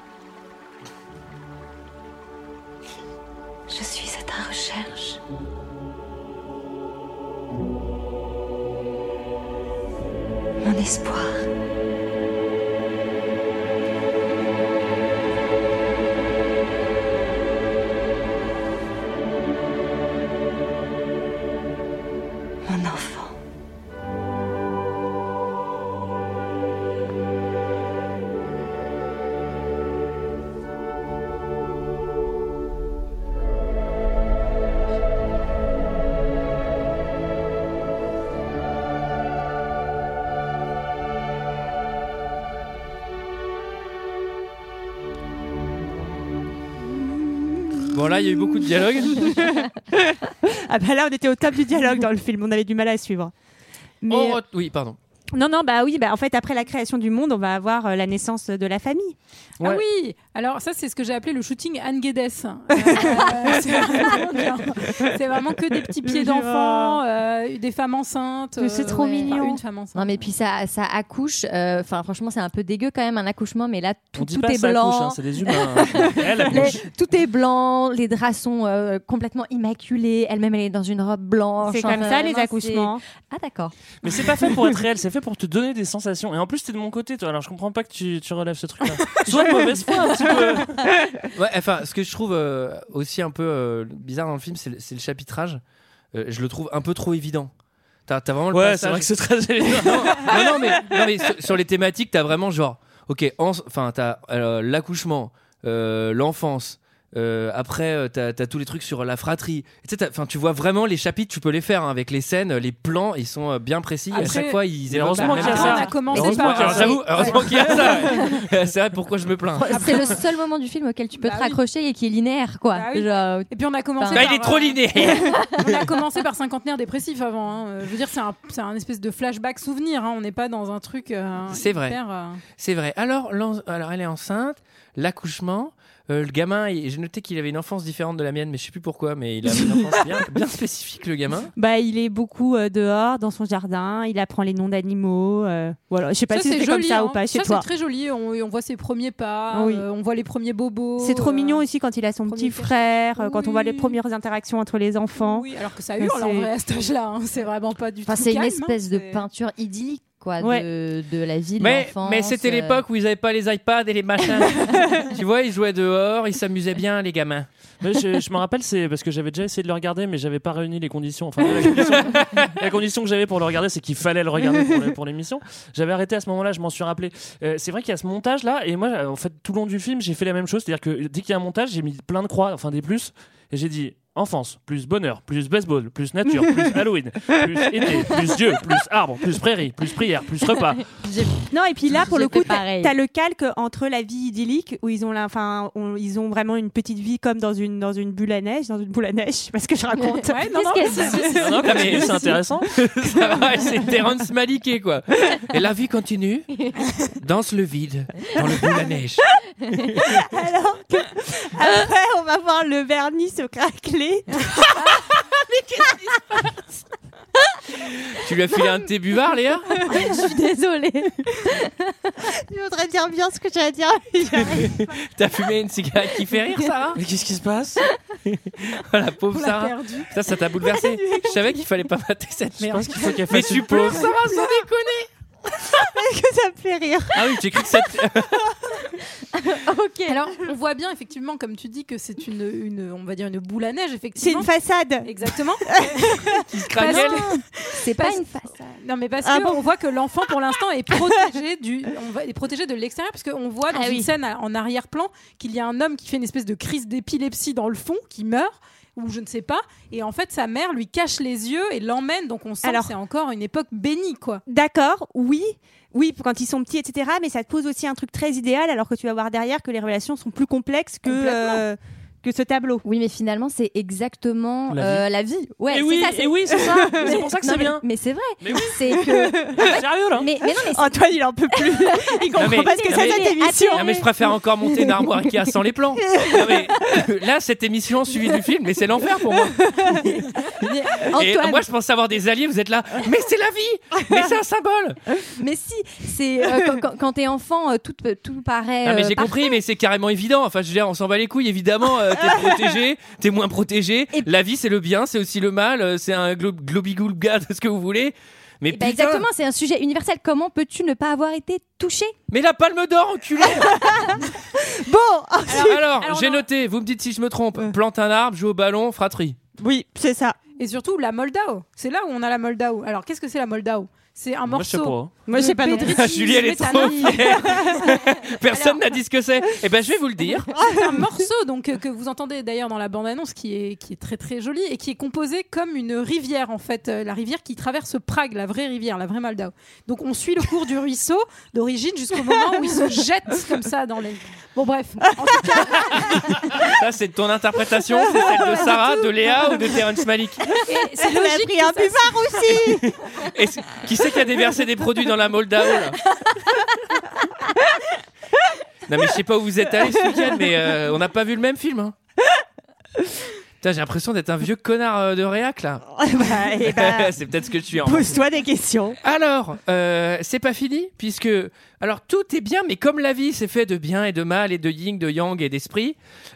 Je suis à ta recherche. Mon espoir. Mon enfant. Bon là, il y a eu beaucoup de dialogues. Ah bah là, on était au top du dialogue dans le film. On avait du mal à suivre. Mais... Oh, oui, pardon. Non, non, bah oui, bah en fait, après la création du monde, on va avoir euh, la naissance de la famille. Ouais. Ah oui, alors ça, c'est ce que j'ai appelé le shooting Anne Guedes. Euh, c'est, vraiment, c'est vraiment que des petits pieds d'enfants, euh, des femmes enceintes. Euh, c'est trop ouais, mignon. Enfin, une femme enceinte. Non, mais puis ça, ça accouche. Enfin, euh, franchement, c'est un peu dégueu quand même un accouchement, mais là, tout, On dit tout pas est ça blanc. accouche, hein, c'est des humains. Hein. Elle accouche. Les, tout est blanc, les draps sont euh, complètement immaculés. Elle-même, elle est dans une robe blanche. C'est comme ça, les accouchements. C'est... Ah, d'accord. Mais c'est pas fait pour être réel, c'est fait pour te donner des sensations. Et en plus, t'es de mon côté, toi. Alors, je comprends pas que tu, tu relèves ce truc-là. Sois de mauvaise foi un petit peu. Ouais, enfin, ce que je trouve euh, aussi un peu euh, bizarre dans le film, c'est le, c'est le chapitrage. Euh, je le trouve un peu trop évident. T'as, t'as vraiment le ouais, passage... c'est vrai que c'est très évident. non, non, non, mais, non, mais sur, sur les thématiques, t'as vraiment genre, ok, enfin, t'as euh, l'accouchement, euh, l'enfance. Euh, après, euh, t'as, t'as tous les trucs sur la fratrie. Enfin, tu vois vraiment les chapitres, tu peux les faire hein, avec les scènes, les plans, ils sont euh, bien précis. Après, à chaque fois, ils évoquent heureusement la qu'il y a même ça. chose. On a commencé Heureusement par. qu'il y a ça. J'avoue, heureusement qu'il y a ça. Ouais. C'est vrai, pourquoi je me plains. C'est le seul moment du film auquel tu peux Bah te oui. raccrocher et qui est linéaire, quoi. Bah oui. Genre... Et puis on a commencé. Bah, par, il est trop euh, linéaire. On a commencé par cinquantenaire dépressif avant. Hein. Je veux dire, c'est un, c'est un espèce de flashback souvenir. Hein. On n'est pas dans un truc. Euh, C'est vrai. hyper, euh... C'est vrai. Alors, alors, elle est enceinte, l'accouchement. Euh, le gamin, il- j'ai noté qu'il avait une enfance différente de la mienne, mais je sais plus pourquoi, mais il a une enfance bien, bien spécifique, le gamin. Bah, il est beaucoup euh, dehors, dans son jardin. Il apprend les noms d'animaux. Euh, voilà. Je sais pas Ça, si c'est c'était joli, comme ça hein. ou pas chez ça, toi. c'est très joli. On, on voit ses premiers pas, Oui. euh, on voit les premiers bobos. C'est trop euh, mignon aussi quand il a son premier petit cachet. frère, euh, quand on voit les Oui. premières interactions entre les enfants. Oui, alors que ça Mais hurle en c'est- vrai à cet âge-là. Hein. C'est vraiment pas du Enfin, tout c'est une calme, espèce hein. de C'est- peinture idyllique, quoi, Ouais. de, de la vie, de Mais, l'enfance. mais c'était euh. l'époque où ils n'avaient pas les iPads et les machins. Tu vois, ils jouaient dehors, ils s'amusaient bien, les gamins. Mais je, je me rappelle, c'est parce que j'avais déjà essayé de le regarder, mais j'avais pas réuni les conditions. Enfin, la condition, la condition que j'avais pour le regarder, c'est qu'il fallait le regarder pour, le- pour l'émission. J'avais arrêté à ce moment-là, je m'en suis rappelé. Euh, c'est vrai qu'il y a ce montage-là, et moi, en fait, tout le long du film, j'ai fait la même chose. C'est-à-dire que dès qu'il y a un montage, j'ai mis plein de croix, enfin des plus, et j'ai dit enfance, plus bonheur, plus baseball, plus nature, plus Halloween, plus été, plus Dieu, plus arbre, plus prairie, plus prière, plus repas. Non, et puis là, pour J'ai le coup, fait t'as, pareil. t'as le calque entre la vie idyllique où ils ont, la, enfin, on- ils ont vraiment une petite vie comme dans une, dans une bulle à neige, dans une boule à neige. Je sais pas ce que je raconte. Ouais, non, non, Qu'est-ce mais qu'elle c'est- Non, non, Non, mais- continue, c'est intéressant. Ça va, c'est Terrence Malick, quoi. Et la vie continue, danse le vide, dans le boule à neige. Alors que après, on va voir le vernis se craqueler. Tu lui as filé un de tes buvards, Léa? Je suis désolée. Je voudrais dire bien ce que j'allais dire. mais j'y arrive pas. T'as fumé une cigarette qui fait rire, Sarah? Mais qu'est-ce qui se passe? Oh, la pauvre On l'a Sarah. perdu. Ça, ça t'a bouleversé. Je savais qu'il fallait pas mater cette Je merde. pense qu'il faut qu'elle Mais fasse tu une pleures, pause. Sarah, sans déconner. Parce que ça me fait rire. Ah oui, j'ai cru que cette... Ok. Alors, on voit bien effectivement, comme tu dis, que c'est une, une, on va dire une boule à neige, C'est effectivement. une façade. Exactement. Qui se craignait. C'est pas Parce- une façade. Non, mais parce Ah que bon on voit que l'enfant, pour l'instant, est protégé du, on va, est protégé de l'extérieur, parce qu'on voit dans Ah une oui. scène à- en arrière-plan qu'il y a un homme qui fait une espèce de crise d'épilepsie dans le fond, qui meurt. Ou je ne sais pas, et en fait sa mère lui cache les yeux et l'emmène, donc on sent Alors- que c'est encore une époque bénie, quoi. D'accord, oui. Oui, quand ils sont petits, et cetera. Mais ça te pose aussi un truc très idéal, alors que tu vas voir derrière que les révélations sont plus complexes que, Complètement. euh, que ce tableau. Oui, mais finalement, c'est exactement La euh, la vie. Ouais, Et c'est oui, ça, c'est- et oui, c'est ça. Mais- C'est pour ça que non, c'est mais- bien. Mais c'est vrai. Mais oui. C'est que. Sérieux là. Mais, mais non, mais c'est- Antoine, il en peut plus. Il comprend mais- pas ce que non, c'est mais- cette émission. Non mais je préfère encore monter une armoire Ikea sans les plans. Non, mais, euh, là cette émission suivie du film, mais c'est l'enfer pour moi. Et Antoine, moi je pense avoir des alliés, vous êtes là, mais c'est la vie, mais c'est un symbole. mais si, c'est euh, quand, quand, quand t'es enfant, euh, tout, tout paraît. Ah mais euh, j'ai parfait. compris, mais c'est carrément évident. Enfin je veux dire, on s'en bat les couilles évidemment. euh, t'es protégé, t'es moins protégé. Et- La vie c'est le bien, c'est aussi le mal. euh, C'est un glo- globigoulga de ce que vous voulez. Mais Eh ben, putain, exactement, c'est un sujet universel. Comment peux-tu ne pas avoir été touché? mais la Palme d'Or, enculé. Bon, Alors, alors, j'ai non. noté. Vous me dites si je me trompe. Plante un arbre, joue au ballon, fratrie. oui, c'est ça. Et surtout la Moldao. C'est là où on a la Moldao. Alors qu'est-ce que c'est la Moldao? C'est un Moi je sais morceau. pas. Moi, je sais pas non plus. Bedreddin Julie, elle est trop Smetana. fière. Personne Alors- n'a dit ce que c'est. Eh ben, je vais vous le dire. C'est un morceau donc euh, que vous entendez d'ailleurs dans la bande-annonce qui est qui est très très joli et qui est composé comme une rivière en fait, euh, la rivière qui traverse Prague, la vraie rivière, la vraie Moldau. Donc on suit le cours du ruisseau d'origine jusqu'au moment où il se jette comme ça dans les. Bon bref. En tout cas, Ça, c'est ton interprétation. C'est celle de Sarah, de Léa ou de Terrence Malick. et c'est Elle a logique. pris que un ça- buvard aussi. Et c- qui c'est qui a déversé des produits dans la Moldao là? Non mais je sais pas où vous êtes allés ce week-end, mais euh, on n'a pas vu le même film. Hein. Putain, j'ai l'impression d'être un vieux connard euh, de réac là. Bah, eh ben, C'est peut-être ce que je suis en. pose-toi des questions. Alors, euh, c'est pas fini, puisque alors tout est bien, mais comme la vie c'est fait de bien et de mal et de yin, de yang et d'esprit,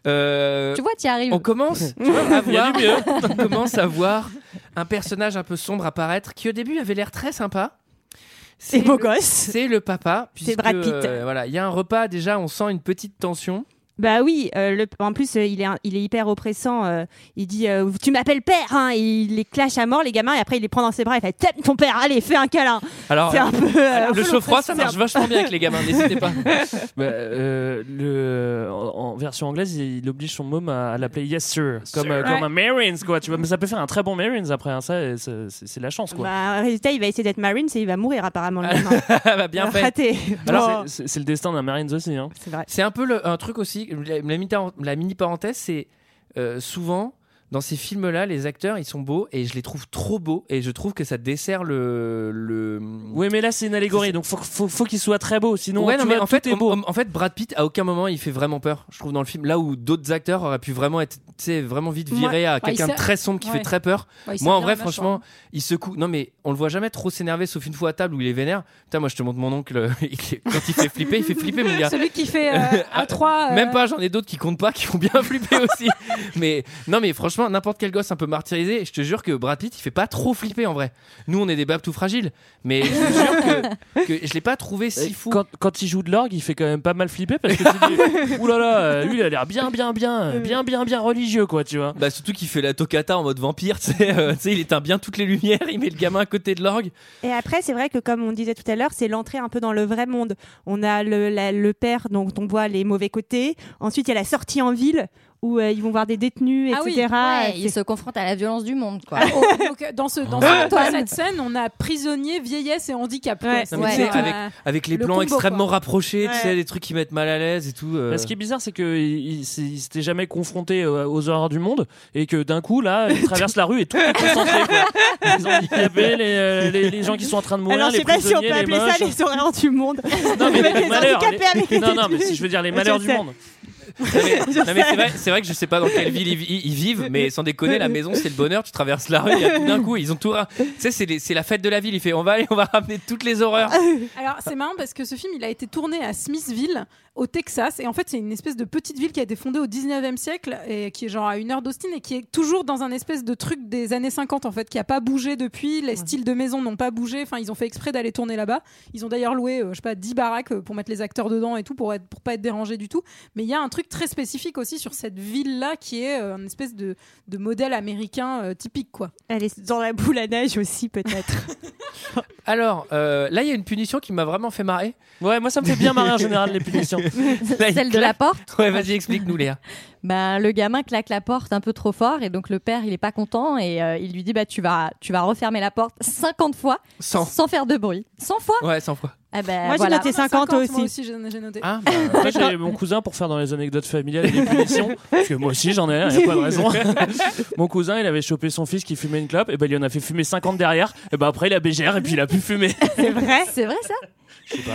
euh, Tu vois, tu y arrives. on commence tu vois, à Il y a voir, du mieux. on commence à voir un personnage un peu sombre apparaître, qui au début avait l'air très sympa. C'est beau le- gosse. C'est le papa. C'est puisque, Brad Pitt. euh, voilà, il y a un repas déjà, on sent une petite tension. Bah oui, euh, le- en plus euh, il est, un- il est hyper oppressant. euh, il dit euh, tu m'appelles père, hein, et il les clash à mort les gamins et après il les prend dans ses bras. Il fait t'aimes ton père, allez fais un câlin. Alors, C'est un peu. euh, le full chaud-froid, ça oppresseur. marche vachement bien avec les gamins. N'hésitez pas. Bah, euh, le, en, en version anglaise, il oblige son môme à, à l'appeler Yes Sir, comme, euh, comme Ouais. un Marines, quoi. Tu vois, mais ça peut faire un très bon Marines après, hein, ça, et c'est, c'est- c'est la chance, quoi. Bah, résultat, il va essayer d'être Marine et il va mourir apparemment. Le gamin. bah, bien fait. Raté. Alors, Bon, c'est, c'est- c'est le destin d'un Marines aussi, hein. c'est vrai. C'est un peu le- un truc aussi. La, la mini- la mini parenthèse, c'est euh, souvent dans ces films-là, les acteurs ils sont beaux et je les trouve trop beaux et je trouve que ça dessert le. le... Oui, mais là, c'est une allégorie, donc faut, faut, faut qu'il soit très beau, sinon, Ouais, tu non, mais vois, en tout fait, est beau. en, en fait, Brad Pitt à aucun moment il fait vraiment peur. Je trouve dans le film là où d'autres acteurs auraient pu vraiment être, tu sais, vraiment vite virés à Ouais, quelqu'un il de sait- très sombre qui ouais. fait très peur. Ouais, il Moi, en sait vrai, bien, franchement, vachement. il secoue. Non, mais on le voit jamais trop s'énerver, sauf une fois à table où il est vénère. Putain, moi, je te montre mon oncle. il est- Quand il fait flipper, il fait flipper, mon gars. Celui qui fait euh, A trois. euh, Même pas, j'en ai d'autres qui comptent pas, qui font bien flipper aussi. Mais non, mais franchement, n'importe quel gosse un peu martyrisé, je te jure que Brad Pitt, il fait pas trop flipper en vrai. Nous, on est des babes tout fragiles, mais je te jure que, que je l'ai pas trouvé si Et fou. Quand, quand il joue de l'orgue, il fait quand même pas mal flipper parce que tu dis, oulala, euh, lui il a l'air bien, bien, bien, bien, bien, bien religieux, quoi, tu vois. Bah surtout qu'il fait la toccata en mode vampire, tu sais, euh, tu sais, il éteint bien toutes les lumières, il met le gamin à côté de l'orgue. Et après, c'est vrai que comme on disait tout à l'heure, c'est l'entrée un peu dans le vrai monde. On a le, la- le père dont on voit les mauvais côtés. Ensuite, il y a la sortie en ville où euh, ils vont voir des détenus, Ah oui, et cetera. Ouais, il se confronte à la violence du monde, quoi. Oh, donc, dans, ce, dans, ce- dans cette scène, on a prisonnier, vieillesse et handicap. quoi. Ouais. C'est Non, mais Ouais. tu sais, euh, avec, avec les le plans combo, extrêmement quoi. rapprochés, tu Ouais. sais, des trucs qui mettent mal à l'aise et tout. euh. Bah, ce qui est bizarre, c'est qu'il il, il s'était jamais confronté euh, aux horreurs du monde et que d'un coup, là, il traverse la rue et tout est concentré, quoi. Les handicapés, les, euh, les, les gens qui sont en train de mourir, Alors, je les sais pas si on prisonniers, peut les appeler ça moches. les horreurs du monde. Non, mais Avec les les malheurs. handicapés, avec les Non, non, mais détenus. si je veux dire les Je malheurs du sais. monde. Non, mais, non, mais c'est vrai, c'est vrai que je sais pas dans quelle ville ils, vi- ils vivent, mais sans déconner, la maison c'est le bonheur. Tu traverses la rue, il y a tout d'un coup, ils ont tout. ra- Tu sais, c'est, les- c'est la fête de la ville. Il fait, on va aller, on va ramener toutes les horreurs. Alors c'est marrant parce que ce film il a été tourné à Smithville au Texas. Et en fait, c'est une espèce de petite ville qui a été fondée au dix-neuvième siècle et qui est genre à une heure d'Austin et qui est toujours dans un espèce de truc des années cinquante en fait, qui a pas bougé depuis. Les ouais. styles de maison n'ont pas bougé. Enfin, ils ont fait exprès d'aller tourner là-bas. Ils ont d'ailleurs loué, euh, je sais pas, dix baraques pour mettre les acteurs dedans et tout pour être, pour pas être dérangés du tout. Mais il y a un truc très spécifique aussi sur cette ville-là qui est euh, une espèce de, de modèle américain euh, typique, quoi. Elle est dans la boule à neige aussi, peut-être. Alors, euh, là, il y a une punition qui m'a vraiment fait marrer. Ouais, moi, ça me fait bien marrer en général, les punitions. Là, celle de la porte. Ouais, vas-y, explique-nous, Léa. Bah, le gamin claque la porte un peu trop fort et donc le père, il est pas content et euh, il lui dit bah, tu, vas, tu vas refermer la porte cinquante fois cent. Sans faire de bruit. cent fois. Ouais, cent fois. Ah bah, moi, voilà. j'ai noté cinquante, cinquante aussi. Moi aussi, j'ai, j'ai noté. Ah, bah, moi, j'ai mon cousin pour faire dans les anecdotes familiales et les punitions. Parce que moi aussi, j'en ai un, il n'y a pas de raison. Mon cousin, il avait chopé son fils qui fumait une clope. Et ben, il en a fait fumer cinquante derrière. Et ben, après, il a B G R et puis il a pu fumer. C'est vrai? C'est vrai, ça? Je sais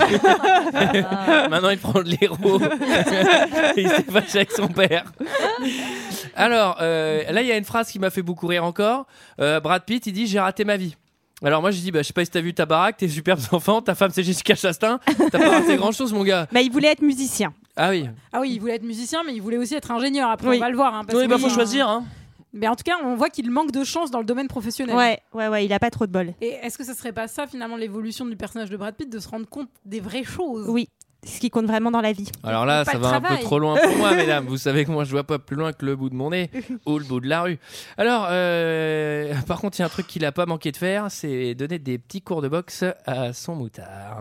pas. Maintenant, il prend de l'héros. Et il s'est fâché avec son père. Alors, euh, là, il y a une phrase qui m'a fait beaucoup rire encore. Euh, Brad Pitt, il dit « J'ai raté ma vie ». Alors moi je dis bah je sais pas si t'as vu ta baraque, tes superbes enfants, ta femme c'est Jessica Chastain, t'as pas raté grand chose mon gars. Bah il voulait être musicien. Ah oui. Ah oui, il voulait être musicien mais il voulait aussi être ingénieur après oui. on va le voir. Hein, parce oui bah faut euh... choisir hein. Mais en tout cas on voit qu'il manque de chance dans le domaine professionnel. Ouais ouais ouais il a pas trop de bol. Et est-ce que ça serait pas ça finalement l'évolution du personnage de Brad Pitt de se rendre compte des vraies choses? Oui. Ce qui compte vraiment dans la vie. Alors là, pas ça va travail. un peu trop loin pour moi, mesdames. Vous savez que moi, je vois pas plus loin que le bout de mon nez ou le bout de la rue. Alors, euh, par contre, il y a un truc qu'il a pas manqué de faire, c'est donner des petits cours de boxe à son moutard.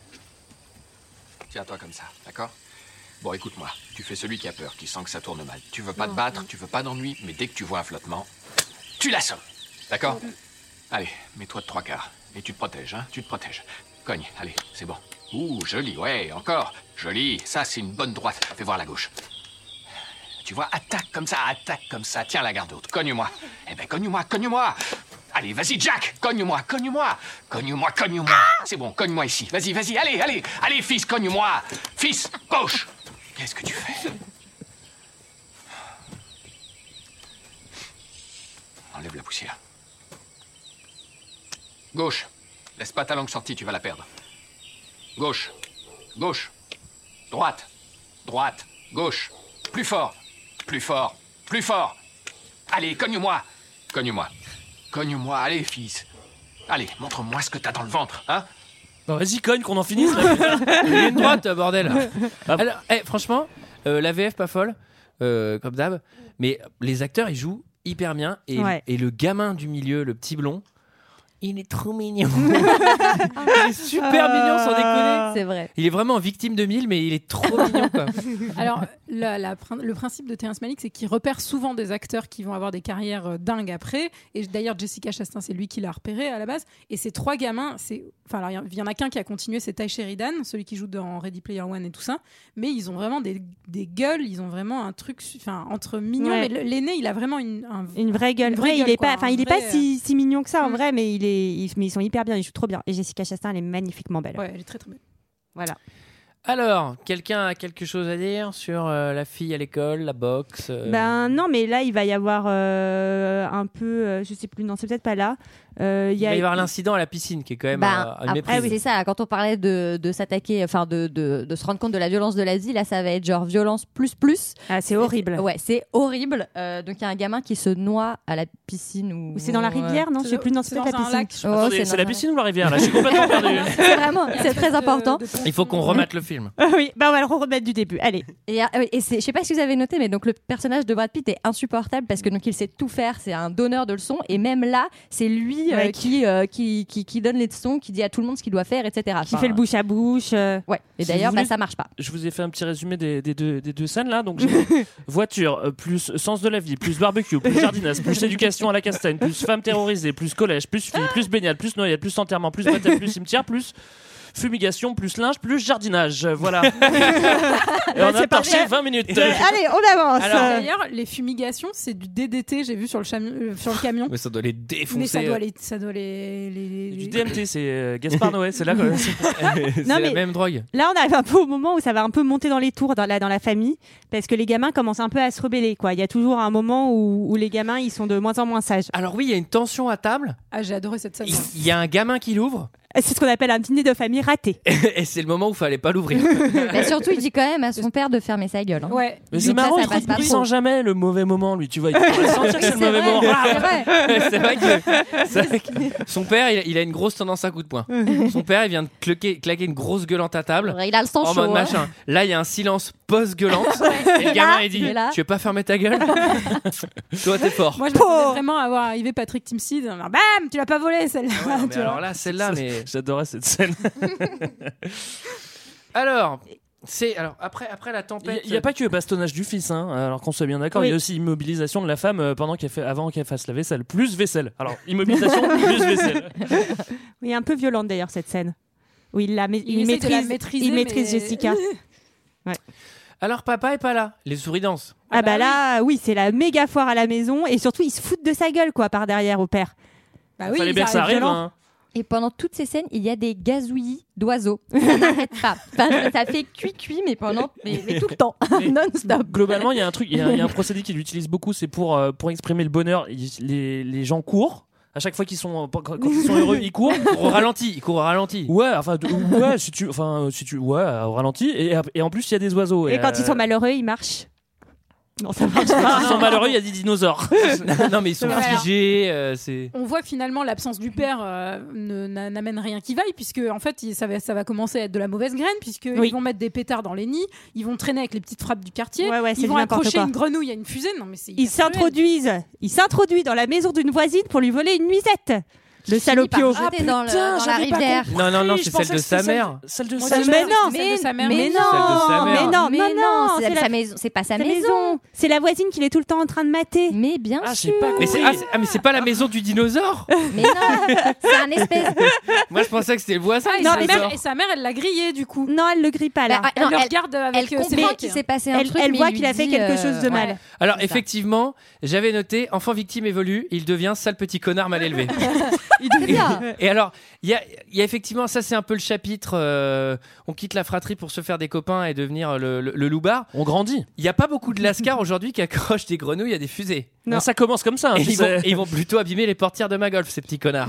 Tiens-toi comme ça, d'accord? Bon, écoute-moi. Tu fais celui qui a peur, qui sent que ça tourne mal. Tu veux pas te battre, tu veux pas d'ennui, mais dès que tu vois un flottement, tu l'assommes. D'accord? Allez, mets-toi de trois quarts. Et tu te protèges, hein? Tu te protèges. Cogne, allez, c'est bon. Ouh, joli, ouais, encore. Joli, ça c'est une bonne droite. Fais voir la gauche. Tu vois, attaque comme ça, attaque comme ça. Tiens la garde haute, cogne-moi. Eh ben, cogne-moi, cogne-moi. Allez, vas-y, Jack, cogne-moi, cogne-moi. Cogne-moi, cogne-moi. C'est bon, cogne-moi ici. Vas-y, vas-y, allez, allez. Allez, fils, cogne-moi. Fils, gauche. Qu'est-ce que tu fais? Enlève la poussière. Gauche. Laisse pas ta langue sortie, tu vas la perdre. Gauche. Gauche. Droite. Droite. Gauche. Plus fort. Plus fort. Plus fort. Allez, cogne-moi. Cogne-moi. Cogne-moi. Allez, fils. Allez, montre-moi ce que t'as dans le ventre, hein? Bah, vas-y, cogne, qu'on en finisse. Là. Il y a une droite, bordel. Alors, hey, franchement, euh, la V F pas folle, euh, comme d'hab. Mais les acteurs, ils jouent hyper bien. Et, ouais. et le gamin du milieu, le petit blond, il est trop mignon. Il est super mignon, sans déconner. C'est vrai. Il est vraiment victime de mille, mais il est trop mignon, quoi. Alors, la, la, le principe de Terrence Malick, c'est qu'il repère souvent des acteurs qui vont avoir des carrières euh, dingues après. Et d'ailleurs, Jessica Chastain, c'est lui qui l'a repéré à la base. Et ces trois gamins, c'est, enfin, alors il y, y en a qu'un qui a continué, c'est Ty Sheridan, celui qui joue dans Ready Player One et tout ça. Mais ils ont vraiment des, des gueules, ils ont vraiment un truc, enfin, entre mignons. Ouais. Mais l'aîné, il a vraiment une, un, une vraie gueule. Une vraie ouais, gueule, il est quoi, pas, enfin, il est vrai, pas si, si mignon que ça en mm. vrai, mais il est, il, mais ils sont hyper bien, ils jouent trop bien. Et Jessica Chastain, elle est magnifiquement belle. Ouais, elle est très très belle. Voilà. Alors, quelqu'un a quelque chose à dire sur euh, la fille à l'école, la boxe euh... Ben non, mais là, il va y avoir euh, un peu, euh, je sais plus, non, c'est peut-être pas là. Euh, il y a... va y avoir l'incident à la piscine qui est quand même bah, euh, une méprise. Ah oui, c'est ça. Quand on parlait de, de s'attaquer, enfin de, de, de se rendre compte de la violence de la vie, là, ça va être genre violence plus plus. Ah, c'est horrible. Ouais, c'est horrible. Euh, donc il y a un gamin qui se noie à la piscine ou. Ou c'est dans la rivière, non? Je sais plus, non, c'est peut-être la piscine. Lac, oh, Attendez, c'est c'est la piscine ou la rivière là? Je suis complètement perdu. C'est vraiment, c'est très important. De, de Il faut qu'on remette le film. Oui, bah on va le remettre du début. Allez. Et, et c'est, je sais pas si vous avez noté, mais donc le personnage de Brad Pitt est insupportable parce que donc il sait tout faire, c'est un donneur de leçons et même là, c'est lui euh, ouais, qui, euh, qui, qui qui donne les leçons, qui dit à tout le monde ce qu'il doit faire, et cetera. Qui enfin, fait le bouche à bouche. Euh... Ouais. Et Si d'ailleurs, vous bah, voulez, ça marche pas. Je vous ai fait un petit résumé des, des, deux, des deux scènes là. Donc j'ai voiture, euh, plus sens de la vie, plus barbecue, plus jardinage, plus éducation à la castagne, plus femme terrorisée, plus collège, plus fille, plus baignade, plus noyade, plus enterrement, plus baptême, plus cimetière, plus fumigation, plus linge, plus jardinage. Voilà. Et on a torché vingt minutes. Allez, on avance. Alors d'ailleurs, les fumigations, c'est du D D T, j'ai vu sur le, chami- euh, sur le camion. Mais ça doit les défoncer. Mais ça doit les, ça doit les, les, les... Du D M T, c'est euh, Gaspard Noé, c'est là. Que... c'est non, la mais même drogue. Là, on arrive un peu au moment où ça va un peu monter dans les tours dans la, dans la famille, parce que les gamins commencent un peu à se rebeller, quoi. Il y a toujours un moment où, où les gamins, ils sont de moins en moins sages. Alors oui, il y a une tension à table. Ah, j'ai adoré cette scène. Il y a un gamin qui l'ouvre. C'est ce qu'on appelle un dîner de famille raté. Et c'est le moment où il fallait pas l'ouvrir. Mais surtout, il dit quand même à son père de fermer sa gueule. Hein. Ouais. Mais c'est marrant, il, il, il sent jamais le mauvais moment, lui. Tu vois, il pourrait sentir que c'est le mauvais moment. C'est vrai. C'est vrai que, c'est vrai que son père, il a, il a une grosse tendance à coup de poing. Son père, il vient de claquer, claquer une grosse gueulante à table. Il a le sang en chaud. mode hein. machin. Là, il y a un silence post-gueulante. Et le gamin, il dit tu veux pas fermer ta gueule? Toi, t'es fort. Moi, je m'attendais vraiment à voir arriver Patrick Timsit. Bam, tu l'as pas volé celle-là. Ouais, non, mais tu vois. alors là, celle-là, mais. J'adorais cette scène. Alors. C'est alors après après la tempête. Il n'y a, a pas que bastonnage du fils, hein, alors qu'on soit bien d'accord. Oui. Il y a aussi immobilisation de la femme euh, pendant qu'elle fait, avant qu'elle fasse la vaisselle, plus vaisselle. Alors immobilisation plus vaisselle. Oui, un peu violente d'ailleurs cette scène. Où il la, il, Il essaie de maîtrise, la maîtriser, il maîtrise mais- Jessica. Ouais. Alors papa est pas là. Les souris dansent. Ah, Ah bah, bah là, oui, c'est la méga foire à la maison et surtout ils se foutent de sa gueule quoi par derrière au père. Bah oui, Fallait ils bien que ça arrivent arrive. violents. Hein. Et pendant toutes ces scènes, il y a des gazouillis d'oiseaux. Ça n'arrête pas. Enfin, ça fait cuit-cuit, mais pendant, mais, mais tout le temps, Mais non-stop. Globalement, il y a un truc, il y, a- il y a un procédé qu'il utilise beaucoup, c'est pour euh, pour exprimer le bonheur. Il- les, les gens courent. À chaque fois qu'ils sont quand quand ils sont heureux, ils courent. Il court au ralenti. Il court au ralenti. Ouais, enfin, de- ouais, si tu, enfin, si tu, ouais, au ralenti. Et, et en plus, il y a des oiseaux. Et, quand euh, ils sont malheureux, ils marchent. Non, ça marche Quand pas. ils sont malheureux, il y a des dinosaures. Non mais ils sont Ouais, alors- figés. euh, c'est. On voit que finalement l'absence du père euh, ne- n'a- n'amène rien qui vaille, puisque en fait il- ça va, ça va commencer à être de la mauvaise graine, puisqu'ils Oui. vont mettre des pétards dans les nids, ils vont traîner avec les petites frappes du quartier, Ouais, ouais, c'est ils vont du n'importe accrocher quoi. une grenouille à une fusée. Non mais c'est Ils hyper cruel. s'introduisent, ils s'introduisent dans la maison d'une voisine pour lui voler une nuisette. Le salopio. Jeté dans, le- putain, dans la j'avais pas rivière. Non non non, Je c'est pensais celle de que sa c'était mère. Celle de Moi, sa aussi, Mais je non, pensais que c'était celle de sa mère. Mais Celle de sa non, mère. mais non, mais non, non, c'est c'est la- la sa maison, c'est pas sa sa maison. maison. C'est la voisine qu'il est tout le temps en train de mater. Mais bien Ah, sûr. j'ai pas Mais compris. c'est ah, c'est- ah, mais c'est pas la maison du dinosaure. Mais non, c'est un espèce. Moi je pensais que c'était le voisin. Ah, et, du sa dinosaure. mère, et sa mère, elle l'a grillé du coup. Non, elle le grille pas là. Bah, Elle non, le elle- regarde avec Elle euh, ses comprend mecs. qu'il s'est passé un Elle, truc. elle mais voit il lui qu'il a fait dit, quelque euh, chose de mal. ouais. Alors C'est ça. effectivement, j'avais noté enfant victime évolue, il devient sale petit connard mal élevé. Il devient. Et alors, il y a, il y a effectivement, ça c'est un peu le chapitre, euh, on quitte la fratrie pour se faire des copains et devenir le, le, le loupard. On grandit. Il n'y a pas beaucoup de lascars aujourd'hui qui accrochent des grenouilles à des fusées. Non. Non, ça commence comme ça. hein, Et tu ils, vont, sais. et ils vont plutôt abîmer les portières de ma golf, ces petits connards.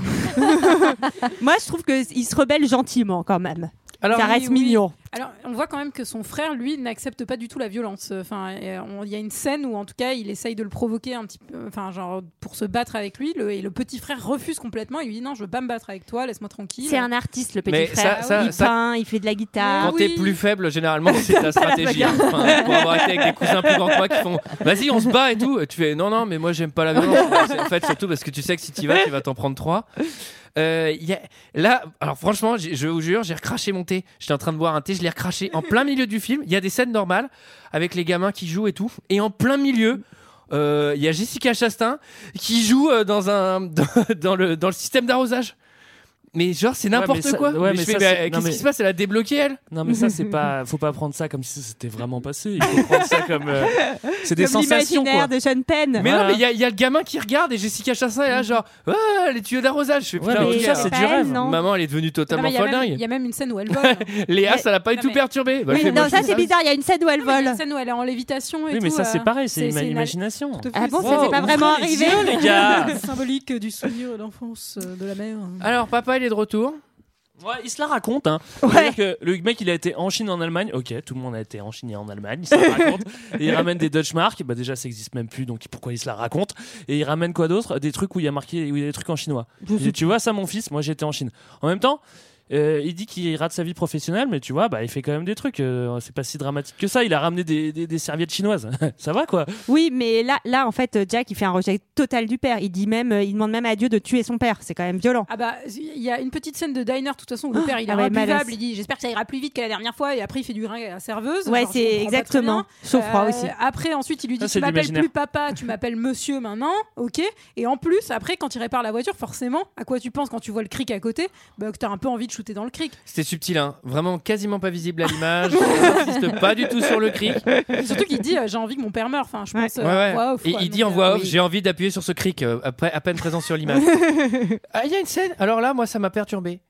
Moi, je trouve qu'il se rebelle gentiment quand même. Alors, Ça oui, reste oui. mignon. Alors, on voit quand même que son frère, lui, n'accepte pas du tout la violence. Enfin, euh, on- il y a une scène où, en tout cas, il essaye de le provoquer un petit peu, enfin, genre pour se battre avec lui. Le, et le petit frère refuse complètement. Il lui dit non, je veux pas me battre avec toi, laisse-moi tranquille. C'est un artiste, le petit Mais frère. ça- ça- il ça- peint, il fait de la guitare. quand oui. t'es plus faible, généralement, c'est ta stratégie. hein. Enfin, pour avoir été avec des cousins plus grands que moi qui font vas-y, on se bat et tout. Et tu fais non, non, mais moi, j'aime pas la violence. C'est- en fait, surtout parce que tu sais que si tu vas, tu vas t'en prendre trois. Euh, y a... Là, alors franchement, j'ai- je vous jure, j'ai recraché mon thé. J'étais en train de boire un thé, je l'ai recraché en plein milieu du film. Il y a des scènes normales avec les gamins qui jouent et tout. Et en plein milieu, euh, il y a Jessica Chastain qui joue euh, dans, un, dans, dans le, dans le système d'arrosage. Mais genre, c'est n'importe mais ça- quoi. ouais, Mais mais je fais, ça, mais, c'est- euh, non, Qu'est-ce mais- qui se passe? Elle a débloqué, elle? Non mais ça c'est pas, faut pas prendre ça comme si c'était vraiment passé. Il faut prendre ça comme, euh, c'est des Comme sensations l'imaginaire quoi. de Sean Penn. Mais Voilà. non, mais il y, a- il y a le gamin qui regarde et Jessica Chastain est là, genre, ah, les tuyaux d'arrosage. Je fais, Ouais, putain, mais ok, tout ça, alors, c'est pas du elle, rêve. non. Maman, elle est devenue Non, totalement mais il y a folle même- dingue. il y a même une scène où elle vole. Léa, ça l'a pas du Non, tout mais- perturbé. Bah, elle Oui, fait, moi, non, je ça fais c'est bizarre. Il y a une scène où elle Il y a vole. une scène où elle est en lévitation et Oui mais tout, ça euh, c'est pareil, c'est une une- imagination. tout à fait, Ah bon, c'est- ça c'est pas vraiment ouvrez les arrivé. yeux, les gars. symbolique du souvenir d'enfance euh, de la mère. Alors, papa, il est de retour. Ouais, il se la raconte. Hein. Ouais. C'est-à-dire que le mec, il a été en Chine, en Allemagne. Ok, tout le monde a été en Chine et en Allemagne. Il se la raconte. Et il ramène des Deutsche Mark. Bah déjà, ça existe même plus. Donc pourquoi il se la raconte? Et il ramène quoi d'autre? Des trucs où il y a marqué, où il y a des trucs en chinois. Et tu vois, ça, mon fils, moi, j'étais en Chine. En même temps. Euh, il dit qu'il rate sa vie professionnelle, mais tu vois, bah, il fait quand même des trucs. Euh, c'est pas si dramatique que ça. Il a ramené des, des, des serviettes chinoises. Ça va quoi? Oui, mais là, là, en fait, Jack, il fait un rejet total du père. Il dit même, euh, il demande même à Dieu de tuer son père. C'est quand même violent. Ah bah il y a une petite scène de diner de toute façon où le Ah, père il est ah ouais, imbuvable, malaise. il dit j'espère que ça ira plus vite que la dernière fois et après il fait du grain à la serveuse. Ouais, Genre, je c'est comprends pas très exactement. bien. Sauf-froid Euh, aussi. Après ensuite il lui dit Ça, c'est tu m'appelles l'imaginaire. plus papa, tu m'appelles monsieur maintenant, ok. Et en plus après quand il répare la voiture forcément à quoi tu penses quand tu vois le cric à côté, bah que t'as un peu envie de shooter dans le cric. C'était subtil, hein. Vraiment quasiment pas visible à l'image. On n'insiste pas du tout sur le cric. Surtout qu'il dit euh, j'ai envie que mon père meure. Enfin je pense. Ouais, euh, ouais. en voix off, Et quoi. il dit en Donc, voix euh, off, oui. j'ai envie d'appuyer sur ce cric, euh, après, à peine présent sur l'image. Ah, il y a une scène, alors là, moi, ça m'a perturbé.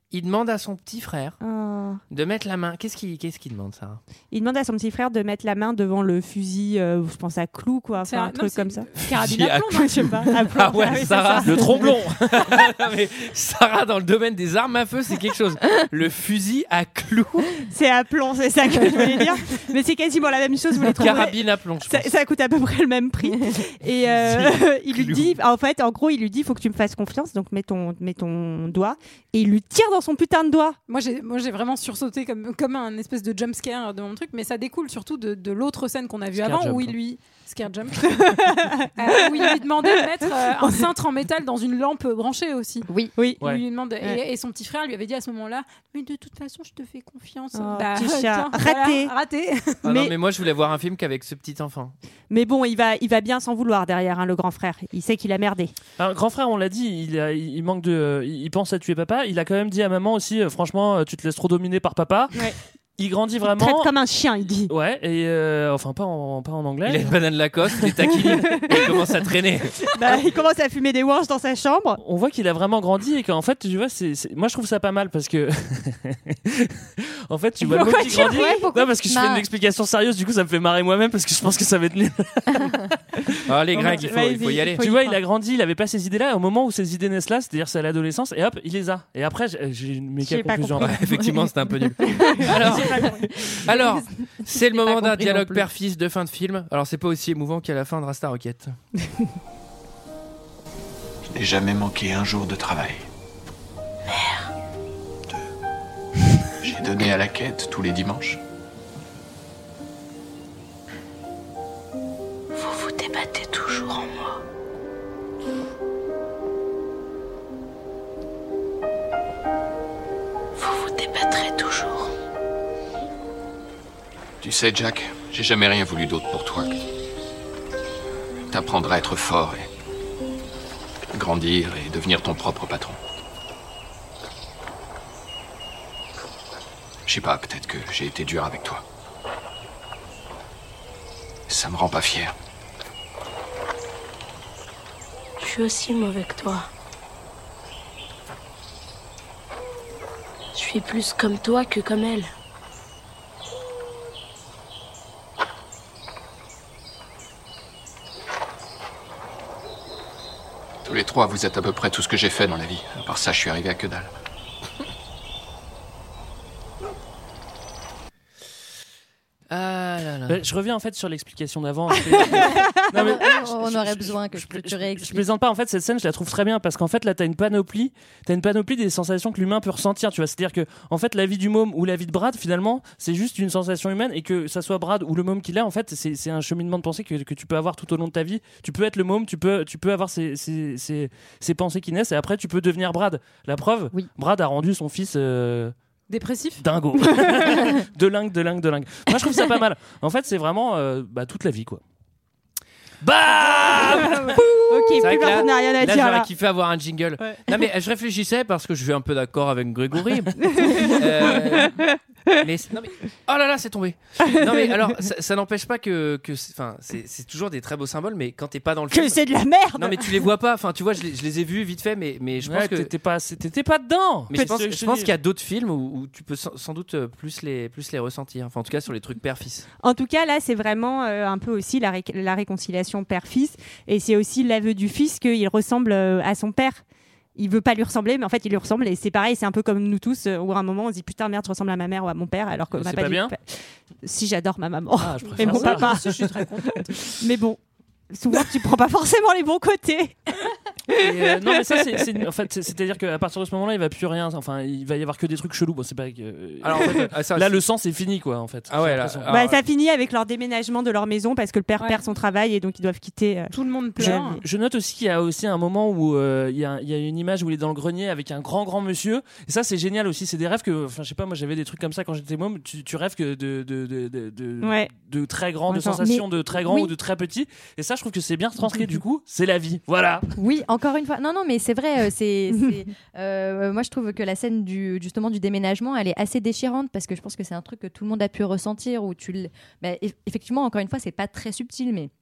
il demande à son petit frère Oh. de mettre la main. Qu'est-ce qu'il qu'est-ce qu'il demande, Sarah? Il demande à son petit frère de mettre la main devant le fusil, euh, je pense à clou, quoi, C'est enfin, un- un non, truc c'est- comme ça. Carabine à plomb, non, je sais pas. À plomb. Ah ouais, Ah oui, c'est Sarah, ça. le tromblon. Mais Sarah, dans le domaine des armes à feu, c'est quelque chose. Le fusil à clou. C'est à plomb, c'est ça que je voulais dire. Mais c'est quasiment la même chose. Vous les trouvez. Carabine à plomb, je Ça, pense. ça coûte à peu près le même prix. Et euh, il lui dit, en fait, en gros, il lui dit, il faut que tu me fasses confiance, donc mets ton, mets ton doigt. Et il lui tire dans son putain de doigt. Moi j'ai, moi, j'ai vraiment sursauté comme, comme un espèce de jump scare de mon truc, mais ça découle surtout de, de l'autre scène qu'on a vue Scare avant jump, où il hein. lui. Scare jump. Euh, où il lui demandait de mettre euh, un cintre en métal dans une lampe branchée aussi. Oui. Oui. Il Ouais. lui demande, Ouais. et, et son petit frère lui avait dit à ce moment-là, mais de toute façon, je te fais confiance. Oh, petit chat. tiens, Raté. voilà, raté. Ah non, mais- mais moi, je voulais voir un film qu'avec ce petit enfant. Mais bon, il va, il va bien s'en vouloir derrière, hein, le grand frère. Il sait qu'il a merdé. Alors, grand frère, on l'a dit, il, a- il manque de, euh, il pense à tuer papa. Il a quand même dit à maman aussi, euh, franchement, euh, tu te laisses trop dominer par papa. Ouais. Il grandit Il vraiment. traite comme un chien, il dit. Ouais, et euh, enfin pas en, pas en anglais. Il a une banane Lacoste, il est taquini, il commence à traîner. Bah, il commence à fumer des wanches dans sa chambre. On voit qu'il a vraiment grandi et qu'en fait, tu vois, c'est, c'est- moi je trouve ça pas mal parce que en fait, tu vois le Pourquoi qui tu grandit. ris Non, parce que je fais Bah. une explication sérieuse, du coup ça me fait marrer moi-même parce que je pense que ça va être nul. Ah, les Bon, Grecs, bah, il faut, vas-y, il faut y aller. faut Tu y vois, croire. il a grandi, il avait pas ces idées-là. Au moment où ces idées naissent là, c'est-à-dire c'est à l'adolescence, et hop, il les a. Et après, j'ai, j'ai une méga J'ai pas conclusion. compris. Ouais, effectivement, c'était un peu nul. Alors, alors c'est le J'ai pas moment d'un compris dialogue non plus. père-fils de fin de film. Alors, c'est pas aussi émouvant qu'à la fin de Rasta Rocket. Je n'ai jamais manqué un jour de travail. Merde. J'ai donné à la quête tous les dimanches. Vous vous débattez toujours en moi. Vous vous débattrez toujours. Tu sais, Jack, j'ai jamais rien voulu d'autre pour toi que t'apprendre à être fort et grandir et devenir ton propre patron. Je sais pas, peut-être que j'ai été dur avec toi. Ça me rend pas fier. Je suis aussi mauvais que toi. Je suis plus comme toi que comme elle. Tous les trois, vous êtes à peu près tout ce que j'ai fait dans la vie. À part ça, je suis arrivé à que dalle. Ah là là. Bah, je reviens en fait sur l'explication d'avant. Non, mais- on aurait besoin que je, tu Je réexpliques. plaisante pas, en fait cette scène je la trouve très bien parce qu'en fait là t'as une panoplie t'as une panoplie des sensations que l'humain peut ressentir, tu vois, c'est à dire que en fait la vie du môme ou la vie de Brad finalement c'est juste une sensation humaine et que ça soit Brad ou le môme qu'il a en fait c'est, c'est un cheminement de pensée que, que tu peux avoir tout au long de ta vie. Tu peux être le môme, tu peux, tu peux avoir ces, ces, ces, ces pensées qui naissent et après tu peux devenir Brad. La preuve, Oui. Brad a rendu son fils euh, Dépressif. dingo. de lingue, de lingue, de lingue. Moi je trouve ça pas mal. En fait c'est vraiment euh, bah, toute la vie quoi. Bam Ok, C'est vrai plus que là- personne n'a rien à Là, dire. j'aurais Là. kiffé avoir un jingle. Ouais. Non, mais je réfléchissais parce que je suis un peu d'accord avec Grégory. Euh, mais, non, mais oh là là, c'est tombé. Non, mais alors, ça, ça n'empêche pas que, que c'est, enfin, c'est, c'est toujours des très beaux symboles, mais quand t'es pas dans le Que film, c'est de la merde. non, mais tu les vois pas. Enfin, tu vois, je les, je les ai vus vite fait, mais, mais je pense Ouais, que. t'étais pas, t'étais pas dedans. Mais je pense, C'est- je pense qu'il y a d'autres films où, où tu peux sans, sans doute euh, plus les, plus les ressentir. Enfin, en tout cas, sur les trucs père-fils. En tout cas, là, c'est vraiment euh, un peu aussi la, ré- la réconciliation père-fils. Et c'est aussi l'aveu du fils qu'il ressemble euh, à son père. Il veut pas lui ressembler, mais en fait, il lui ressemble. Et c'est pareil, c'est un peu comme nous tous, euh, où à un moment, on se dit putain, merde, je ressemble à ma mère ou à mon père, alors qu'on C'est m'a pas pas dit. bien Si, j'adore ma maman. Ah, je Et préfère mon ça. papa. Je suis très contente. Mais bon, souvent, tu prends pas forcément les bons côtés. Et, euh, non mais ça c'est, c'est en fait c'est, c'est-à-dire qu'à partir de ce moment-là il va plus rien, enfin il va y avoir que des trucs chelous. Bon c'est pas que, euh, Alors, en fait, ah, ça, là c'est- le sang c'est fini quoi en fait. Ah ouais, J'ai là, l'impression. ah, Bah, ça finit avec leur déménagement de leur maison parce que le père Ouais. perd son travail et donc ils doivent quitter. euh, Tout le monde Je, pleure. je note aussi qu'il y a aussi un moment où euh, il y, a, il y a une image où il est dans le grenier avec un grand grand monsieur et ça c'est génial aussi, c'est des rêves que, enfin je sais pas, moi j'avais des trucs comme ça quand j'étais môme, tu, tu rêves que de, de, de, de, de, Ouais. de très grands, de Attends, sensations de très grands oui. ou de très petits et ça je trouve que c'est bien transcrit du coup, c'est la vie, voilà. Oui, encore une fois. Non, non, mais c'est vrai. euh, C'est, c'est, euh, moi, je trouve que la scène du justement du déménagement, elle est assez déchirante parce que je pense que c'est un truc que tout le monde a pu ressentir. Où tu, l- bah, eff- effectivement, encore une fois, c'est pas très subtil, mais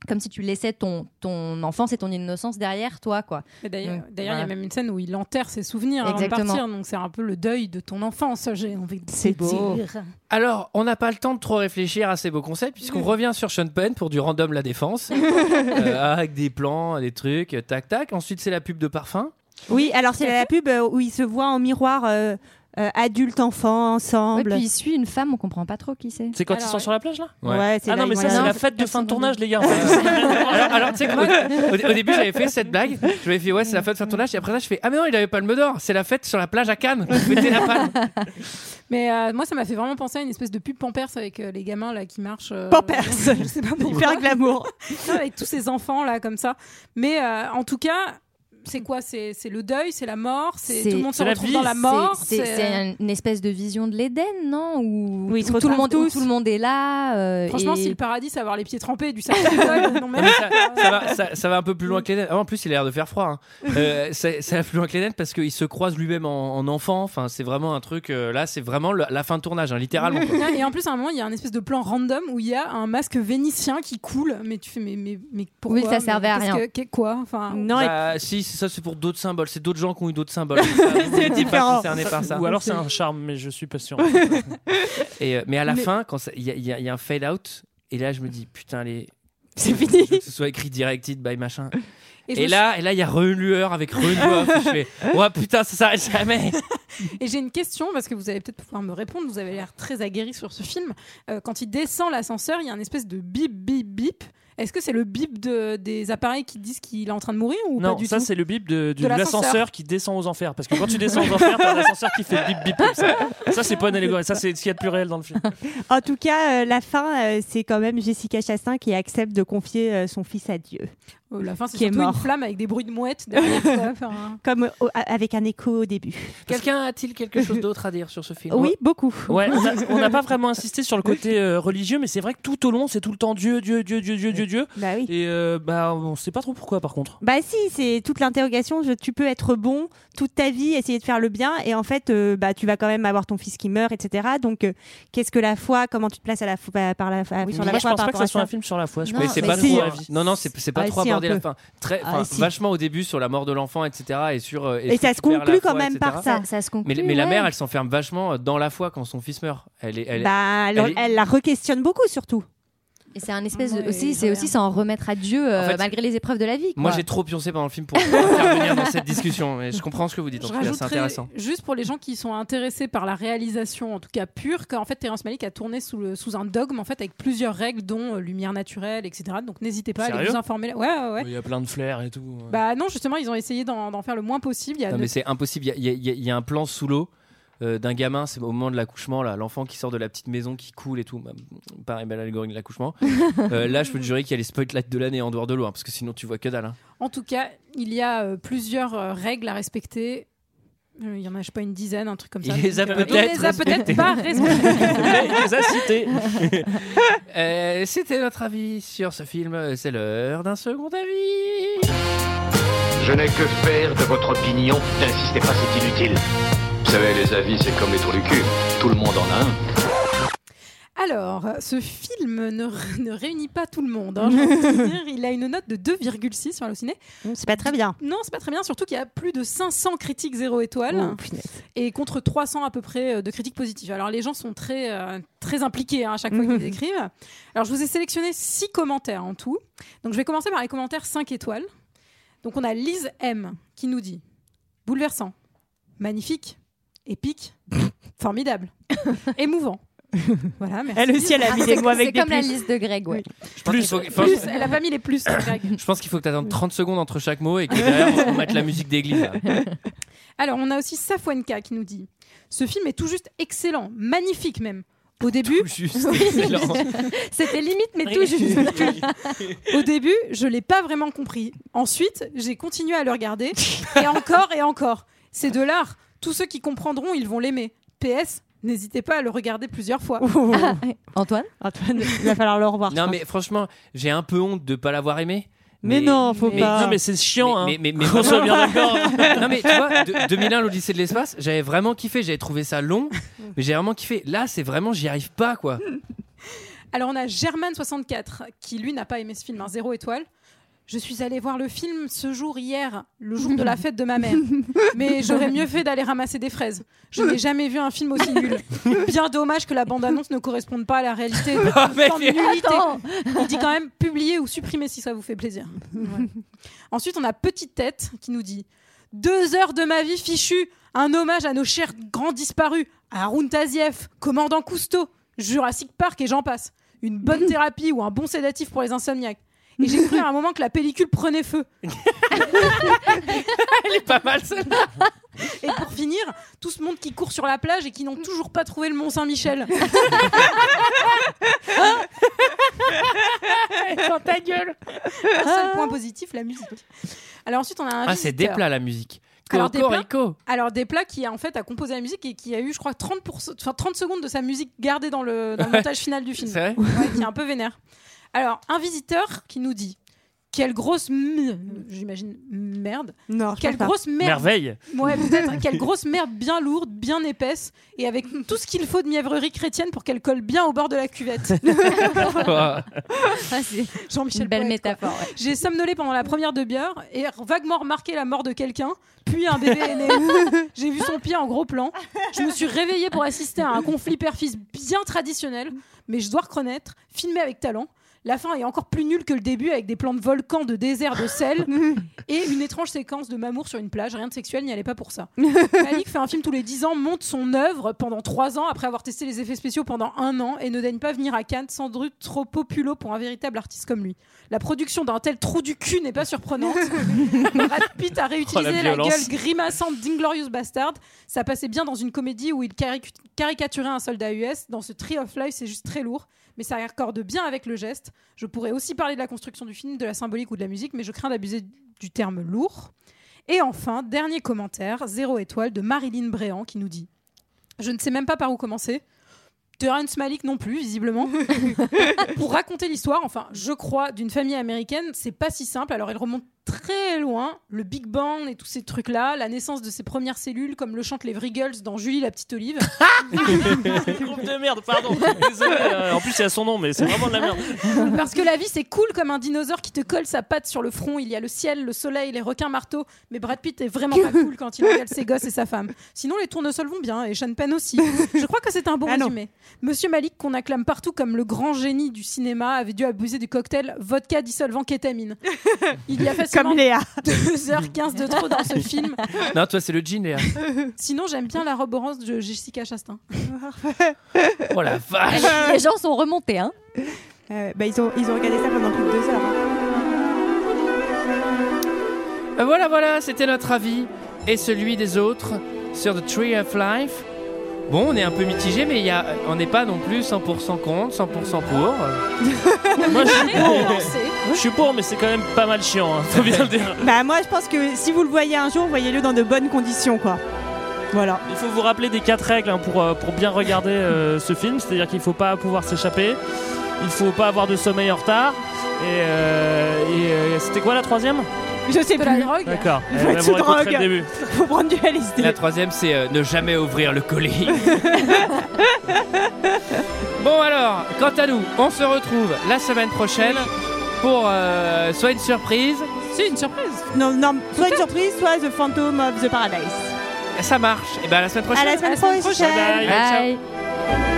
comme si tu laissais ton, ton enfance et ton innocence derrière toi, quoi. Et d'ailleurs, Donc, d'ailleurs, il voilà. y a même une scène où il enterre ses souvenirs avant de Exactement. partir, donc c'est un peu le deuil de ton enfance, j'ai envie de C'est beau. dire. Alors, on n'a pas le temps de trop réfléchir à ces beaux concepts puisqu'on revient sur Sean Penn pour du random la défense euh, avec des plans, des trucs, tac tac. Ensuite, c'est la pub de parfum. Oui, alors c'est la pub euh, où il se voit en miroir euh, euh, adulte, enfant, Ouais, ensemble. puis il suit une femme, on comprend pas trop qui c'est. C'est quand Alors, ils sont sur la plage là Ouais, c'est Ah là, non, mais ils ça, vont c'est là. la Non, fête de c'est fin de pas tournage, les gars. En fait. alors, alors, tu sais qu'au au, au début, j'avais fait cette blague. Je m'avais fait, ouais, c'est la fête de fin de tournage. Et après ça, je fais, ah, mais non, il avait pas le d'or. C'est la fête sur la plage à Cannes. Vous mettez la palme. Mais euh, moi, ça m'a fait vraiment penser à une espèce de pub Pampers avec euh, les gamins là qui marchent. euh, Pampers. Je sais pas pourquoi. Hyper glamour. Non, avec tous ces enfants là comme ça. Mais euh, en tout cas, c'est quoi c'est, c'est le deuil, c'est la mort, c'est, C'est- tout le monde se c'est la retrouve vie. dans la mort. C'est, c'est- c'est une espèce de vision de l'Éden, non? Où, Oui, ils se où tout le retrouvent monde, où tous. tout le monde est là. euh, Franchement, et... si le paradis, c'est avoir les pieds trempés du sac d'alcool, non mais Non, mais ça, ça va, ça, ça va un peu plus loin que l'Éden. Ah, en plus, il a l'air de faire froid. Hein. Euh, ça, ça va plus loin que l'Éden parce qu'il se croise lui-même en, en enfant. Enfin, c'est vraiment un truc. euh, là, c'est vraiment le- la fin de tournage, hein, littéralement. quoi. Et en plus, à un moment, il y a un espèce de plan random où il y a un masque vénitien qui coule. Mais tu fais, mais, mais, mais pourquoi Oui, ça mais servait à qu'est-ce rien. que- que- quoi enfin, Non, et- Bah, si, c'est ça, c'est pour d'autres symboles. C'est d'autres gens qui ont eu d'autres symboles. C'est Pas différent. concerné par ça. Ou alors c'est un charme, mais je suis pas sûr. Et, euh, mais à la Mais- fin, quand ça- il y, a- il y a il y a un fade out, et là, je me dis, putain, les. c'est fini. Que ce soit écrit directed by machin. et, je Et me là, et là, il y a re une lueur avec re une voix off, et je fais, ouais, putain, ça s'arrête jamais. suis- et j'ai une question parce que vous allez peut-être pouvoir me répondre. Vous avez l'air très aguerri sur ce film. Euh, quand il descend l'ascenseur, il y a un espèce de bip, bip, bip. Est-ce que c'est le bip de, des appareils qui disent qu'il est en train de mourir ou Non, pas du ça tout c'est le bip de, du- De de l'ascenseur. l'ascenseur qui descend aux enfers. Parce que quand tu descends aux enfers, t'as un ascenseur qui fait bip bip comme ça. Ça c'est pas une allégorie, ça c'est ce qu'il y a de plus réel dans le film. En tout cas, euh, la fin, euh, c'est quand même Jessica Chastain qui accepte de confier euh, son fils à Dieu. Oh, la fin, c'est Qui est surtout une mort. flamme avec des bruits de mouettes derrière. quoi. Enfin, Comme euh, au- avec un écho au début. Quelqu'un a-t-il quelque chose d'autre à dire sur ce film? Oui, beaucoup. Ouais, on a- on n'a pas vraiment insisté sur le côté euh, religieux, mais c'est vrai que tout au long c'est tout le temps Dieu, Dieu, Dieu, Dieu, Dieu, Dieu, Dieu. Bah oui. Et euh, bah on sait pas trop pourquoi par contre. Bah si, c'est toute l'interrogation. je- Tu peux être bon toute ta vie, essayer de faire le bien, et en fait, euh, bah tu vas quand même avoir ton fils qui meurt, et cetera. Donc, euh, qu'est-ce que la foi? Comment tu te places à la foi par la, à- Oui, sur mais la moi je foi pense par pas que rapport ça soit à un film sur la foi. Je Non, Mais pense c'est que mais pas si. trop. la vie. Non, non, c'est c'est pas Ah, trop si, un abordé la peu. fin. Très, Ah, enfin, si. vachement au début sur la mort de l'enfant, et cetera. Et sur. euh, Et est-ce ça que se tu perds la conclut quand foi, même et cetera. par ça. Ça, ça se conclut. Mais, mais la ouais. mère, elle s'enferme vachement dans la foi quand son fils meurt. Elle est. Elle est- Bah, elle, elle est- elle la re-questionne beaucoup, surtout. Et c'est un espèce de- Ouais, aussi, c'est ouais. aussi s'en remettre à Dieu euh, En fait, malgré les épreuves de la vie. Moi, quoi. j'ai trop pioncé pendant le film pour intervenir dans cette discussion. Et je comprends ce que vous dites. En je tout cas, c'est rajouterais, intéressant. juste pour les gens qui sont intéressés par la réalisation, en tout cas pure, qu'en fait Terrence Malick a tourné sous, le, sous un dogme en fait avec plusieurs règles, dont euh, lumière naturelle, et cetera. Donc n'hésitez pas à aller Sérieux vous informer. Ouais, ouais, ouais. Il y a plein de flair et tout. ouais. Bah non, justement, ils ont essayé d'en, d'en faire le moins possible. Il y a Non, ne- mais c'est impossible. Il y a- il y, a- il y a un plan sous l'eau euh, d'un gamin. C'est au moment de l'accouchement, là, l'enfant qui sort de la petite maison qui coule et tout. Bah, pareil, belle allégorie de l'accouchement. Euh, là, je peux te jurer qu'il y a les spotlights de l'année en dehors de l'eau, hein, parce que sinon, tu vois que dalle. Hein. En tout cas, il y a euh, plusieurs euh, règles à respecter. Euh, Il y en a, je sais pas, une dizaine, un truc comme ça. Il les a Donc, euh, peut-être il les a peut-être respectés. pas respectés. Il les a cités. Euh, C'était notre avis sur ce film. C'est l'heure d'un second avis. Je n'ai que faire de votre opinion. N'insistez pas, c'est inutile. Vous savez, les avis, c'est comme les trous du cul. Tout le monde en a un. Alors, ce film ne, r- ne réunit pas tout le monde. Hein, j'ai envie de te dire. Il a une note de deux virgule six sur Allociné. C'est pas très bien. Non, c'est pas très bien, surtout qu'il y a plus de cinq cents critiques zéro étoile Oh, punaise. et contre trois cents à peu près euh, de critiques positives. Alors, les gens sont très, euh, très impliqués hein, à chaque fois qu'ils écrivent. Alors, je vous ai sélectionné six commentaires en tout. Donc, je vais commencer par les commentaires cinq étoiles. Donc, on a Lise M qui nous dit bouleversant, magnifique, épique, formidable, émouvant. Voilà, merci. Elle aussi, elle a Ah, mis c'est des mots avec c'est des comme la plus. liste de Greg, ouais. Je pense qu'il faut- faut- Plus, elle a pas mis les plus, Greg. Je pense qu'il faut que tu attendes trente secondes entre chaque mot et que derrière, on mette la musique d'église. là. Alors, on a aussi Safouenka qui nous dit ce film est tout juste excellent, magnifique même. Au début, Tout juste excellent. C'était limite, mais tout juste. Au début, je l'ai pas vraiment compris. Ensuite, j'ai continué à le regarder et encore et encore. C'est de l'art. Tous ceux qui comprendront, ils vont l'aimer. P S. N'hésitez pas à le regarder plusieurs fois. Antoine Antoine, il va falloir le revoir. je Non, pense. mais franchement, j'ai un peu honte de pas l'avoir aimé. Mais non, faut mais- pas. Non mais c'est chiant. Mais, hein. mais, mais, mais Qu'on soit bien d'accord. non mais tu vois, de- deux mille un l'Odyssée de l'espace, j'avais vraiment kiffé, j'avais trouvé ça long, mais j'ai vraiment kiffé. Là, c'est vraiment, j'y arrive pas quoi. Alors on a Germaine soixante-quatre qui lui n'a pas aimé ce film, hein, zéro étoile. Je suis allée voir le film ce jour hier, le jour de la fête de ma mère. Mais j'aurais mieux fait d'aller ramasser des fraises. Je n'ai jamais vu un film aussi nul. Bien dommage que la bande-annonce ne corresponde pas à la réalité. Oh, mais Attends. Il dit quand même publier ou supprimer si ça vous fait plaisir. Ouais. Ensuite, on a Petite Tête qui nous dit « Deux heures de ma vie fichue, un hommage à nos chers grands disparus, à Haroun Tazieff, Commandant Cousteau, Jurassic Park et j'en passe. Une bonne thérapie ou un bon sédatif pour les insomniaques. Et j'ai cru à un moment que la pellicule prenait feu. » Elle est pas mal celle-là. Et pour finir, tout ce monde qui court sur la plage et qui n'ont toujours pas trouvé le Mont Saint-Michel. Dans ta gueule. Un seul point positif, la musique. Alors ensuite, on a un Ah, c'est visiteur. des plats la musique. Alors, des plats, Cocorico. alors des plats qui en fait a composé la musique et qui a eu je crois trente, pour cent, enfin, trente secondes de sa musique gardée dans le, dans le montage final du film. C'est vrai Ouais, qui est un peu vénère. Alors un visiteur qui nous dit quelle grosse m- j'imagine merde. Non, je Quelle pense pas. grosse merde. Merveille. Ouais, peut-être. Quelle grosse merde bien lourde, bien épaisse et avec tout ce qu'il faut de mièvrerie chrétienne pour qu'elle colle bien au bord de la cuvette. Ah, c'est Jean-Michel une belle Poët, quoi. métaphore. Ouais. J'ai somnolé pendant la première demi-heure et vaguement remarqué la mort de quelqu'un, puis un bébé est né. J'ai vu son pied en gros plan. Je me suis réveillée pour assister à un conflit père-fils bien traditionnel, mais je dois reconnaître, filmé avec talent. La fin est encore plus nulle que le début avec des plans de volcans, de désert, de sel et une étrange séquence de Mamour sur une plage. Rien de sexuel, n'y allait pas pour ça. Malik fait un film tous les dix ans, monte son œuvre pendant trois ans après avoir testé les effets spéciaux pendant un an et ne daigne pas venir à Cannes, sans doute trop populo pour un véritable artiste comme lui. La production d'un tel trou du cul n'est pas surprenante. Brad Pitt a réutilisé Oh, la la, violence. gueule grimaçante d'Inglorious Bastard. Ça passait bien dans une comédie où il caric- caricaturait un soldat U S. Dans ce Tree of Life, c'est juste très lourd. Mais ça accorde bien avec le geste. Je pourrais aussi parler de la construction du film, de la symbolique ou de la musique, mais je crains d'abuser du terme lourd. Et enfin, dernier commentaire, zéro étoile, de Marilyn Bréant qui nous dit « Je ne sais même pas par où commencer. Terrence Malick non plus, visiblement. Pour raconter l'histoire, enfin, je crois, d'une famille américaine, c'est pas si simple. Alors, elle remonte très loin. Le Big Bang et tous ces trucs-là, la naissance de ses premières cellules, comme le chantent les Vriggles dans Julie la petite olive. Groupe de merde, pardon. Désolé. euh, en plus, il y a son nom, mais c'est vraiment de la merde. Parce que la vie, c'est cool comme un dinosaure qui te colle sa patte sur le front. Il y a le ciel, le soleil, les requins marteaux. Mais Brad Pitt est vraiment pas cool quand il regarde ses gosses et sa femme. Sinon, les tournesols vont bien et Sean Penn aussi. Je crois que c'est un bon Ah non. résumé. Monsieur Malick, qu'on acclame partout comme le grand génie du cinéma, avait dû abuser du cocktail vodka dissolvant kétamine. Il y a facilement Comme Léa. deux heures quinze de trop dans ce film. Non, toi, c'est le jean, Léa. Sinon, j'aime bien la robe orange de Jessica Chastain. Oh la vache. Les gens sont remontés, hein. Euh, bah, ils, ont, ils ont regardé ça pendant plus de deux heures. hein. Euh, Voilà, voilà, c'était notre avis et celui des autres sur The Tree of Life. Bon, on est un peu mitigé, mais il y a, on n'est pas non plus cent pour cent contre, cent pour cent pour. Moi, je suis Allez, pour. avancez. Je suis pour, mais c'est quand même pas mal chiant, hein, faut bien le dire. Bah, moi, je pense que si vous le voyez un jour, voyez-le dans de bonnes conditions, quoi. Voilà. Il faut vous rappeler des quatre règles hein, pour, euh, pour bien regarder euh, ce film, c'est-à-dire qu'il ne faut pas pouvoir s'échapper, il ne faut pas avoir de sommeil en retard, et, euh, et euh, c'était quoi la troisième? Je sais De la plus. drogue. D'accord, Il faut Eh être ben, sous vous réécouterez drogue. le début. Faut prendre du L S D. La troisième, c'est euh, ne jamais ouvrir le colis. Bon alors, quant à nous, on se retrouve la semaine prochaine pour euh, soit une surprise. C'est une surprise. Non, non, soit une surprise, soit The Phantom of the Paradise. Ça marche. Et ben à la semaine prochaine. À la semaine À la semaine prochaine. prochaine. Bye bye. Bye.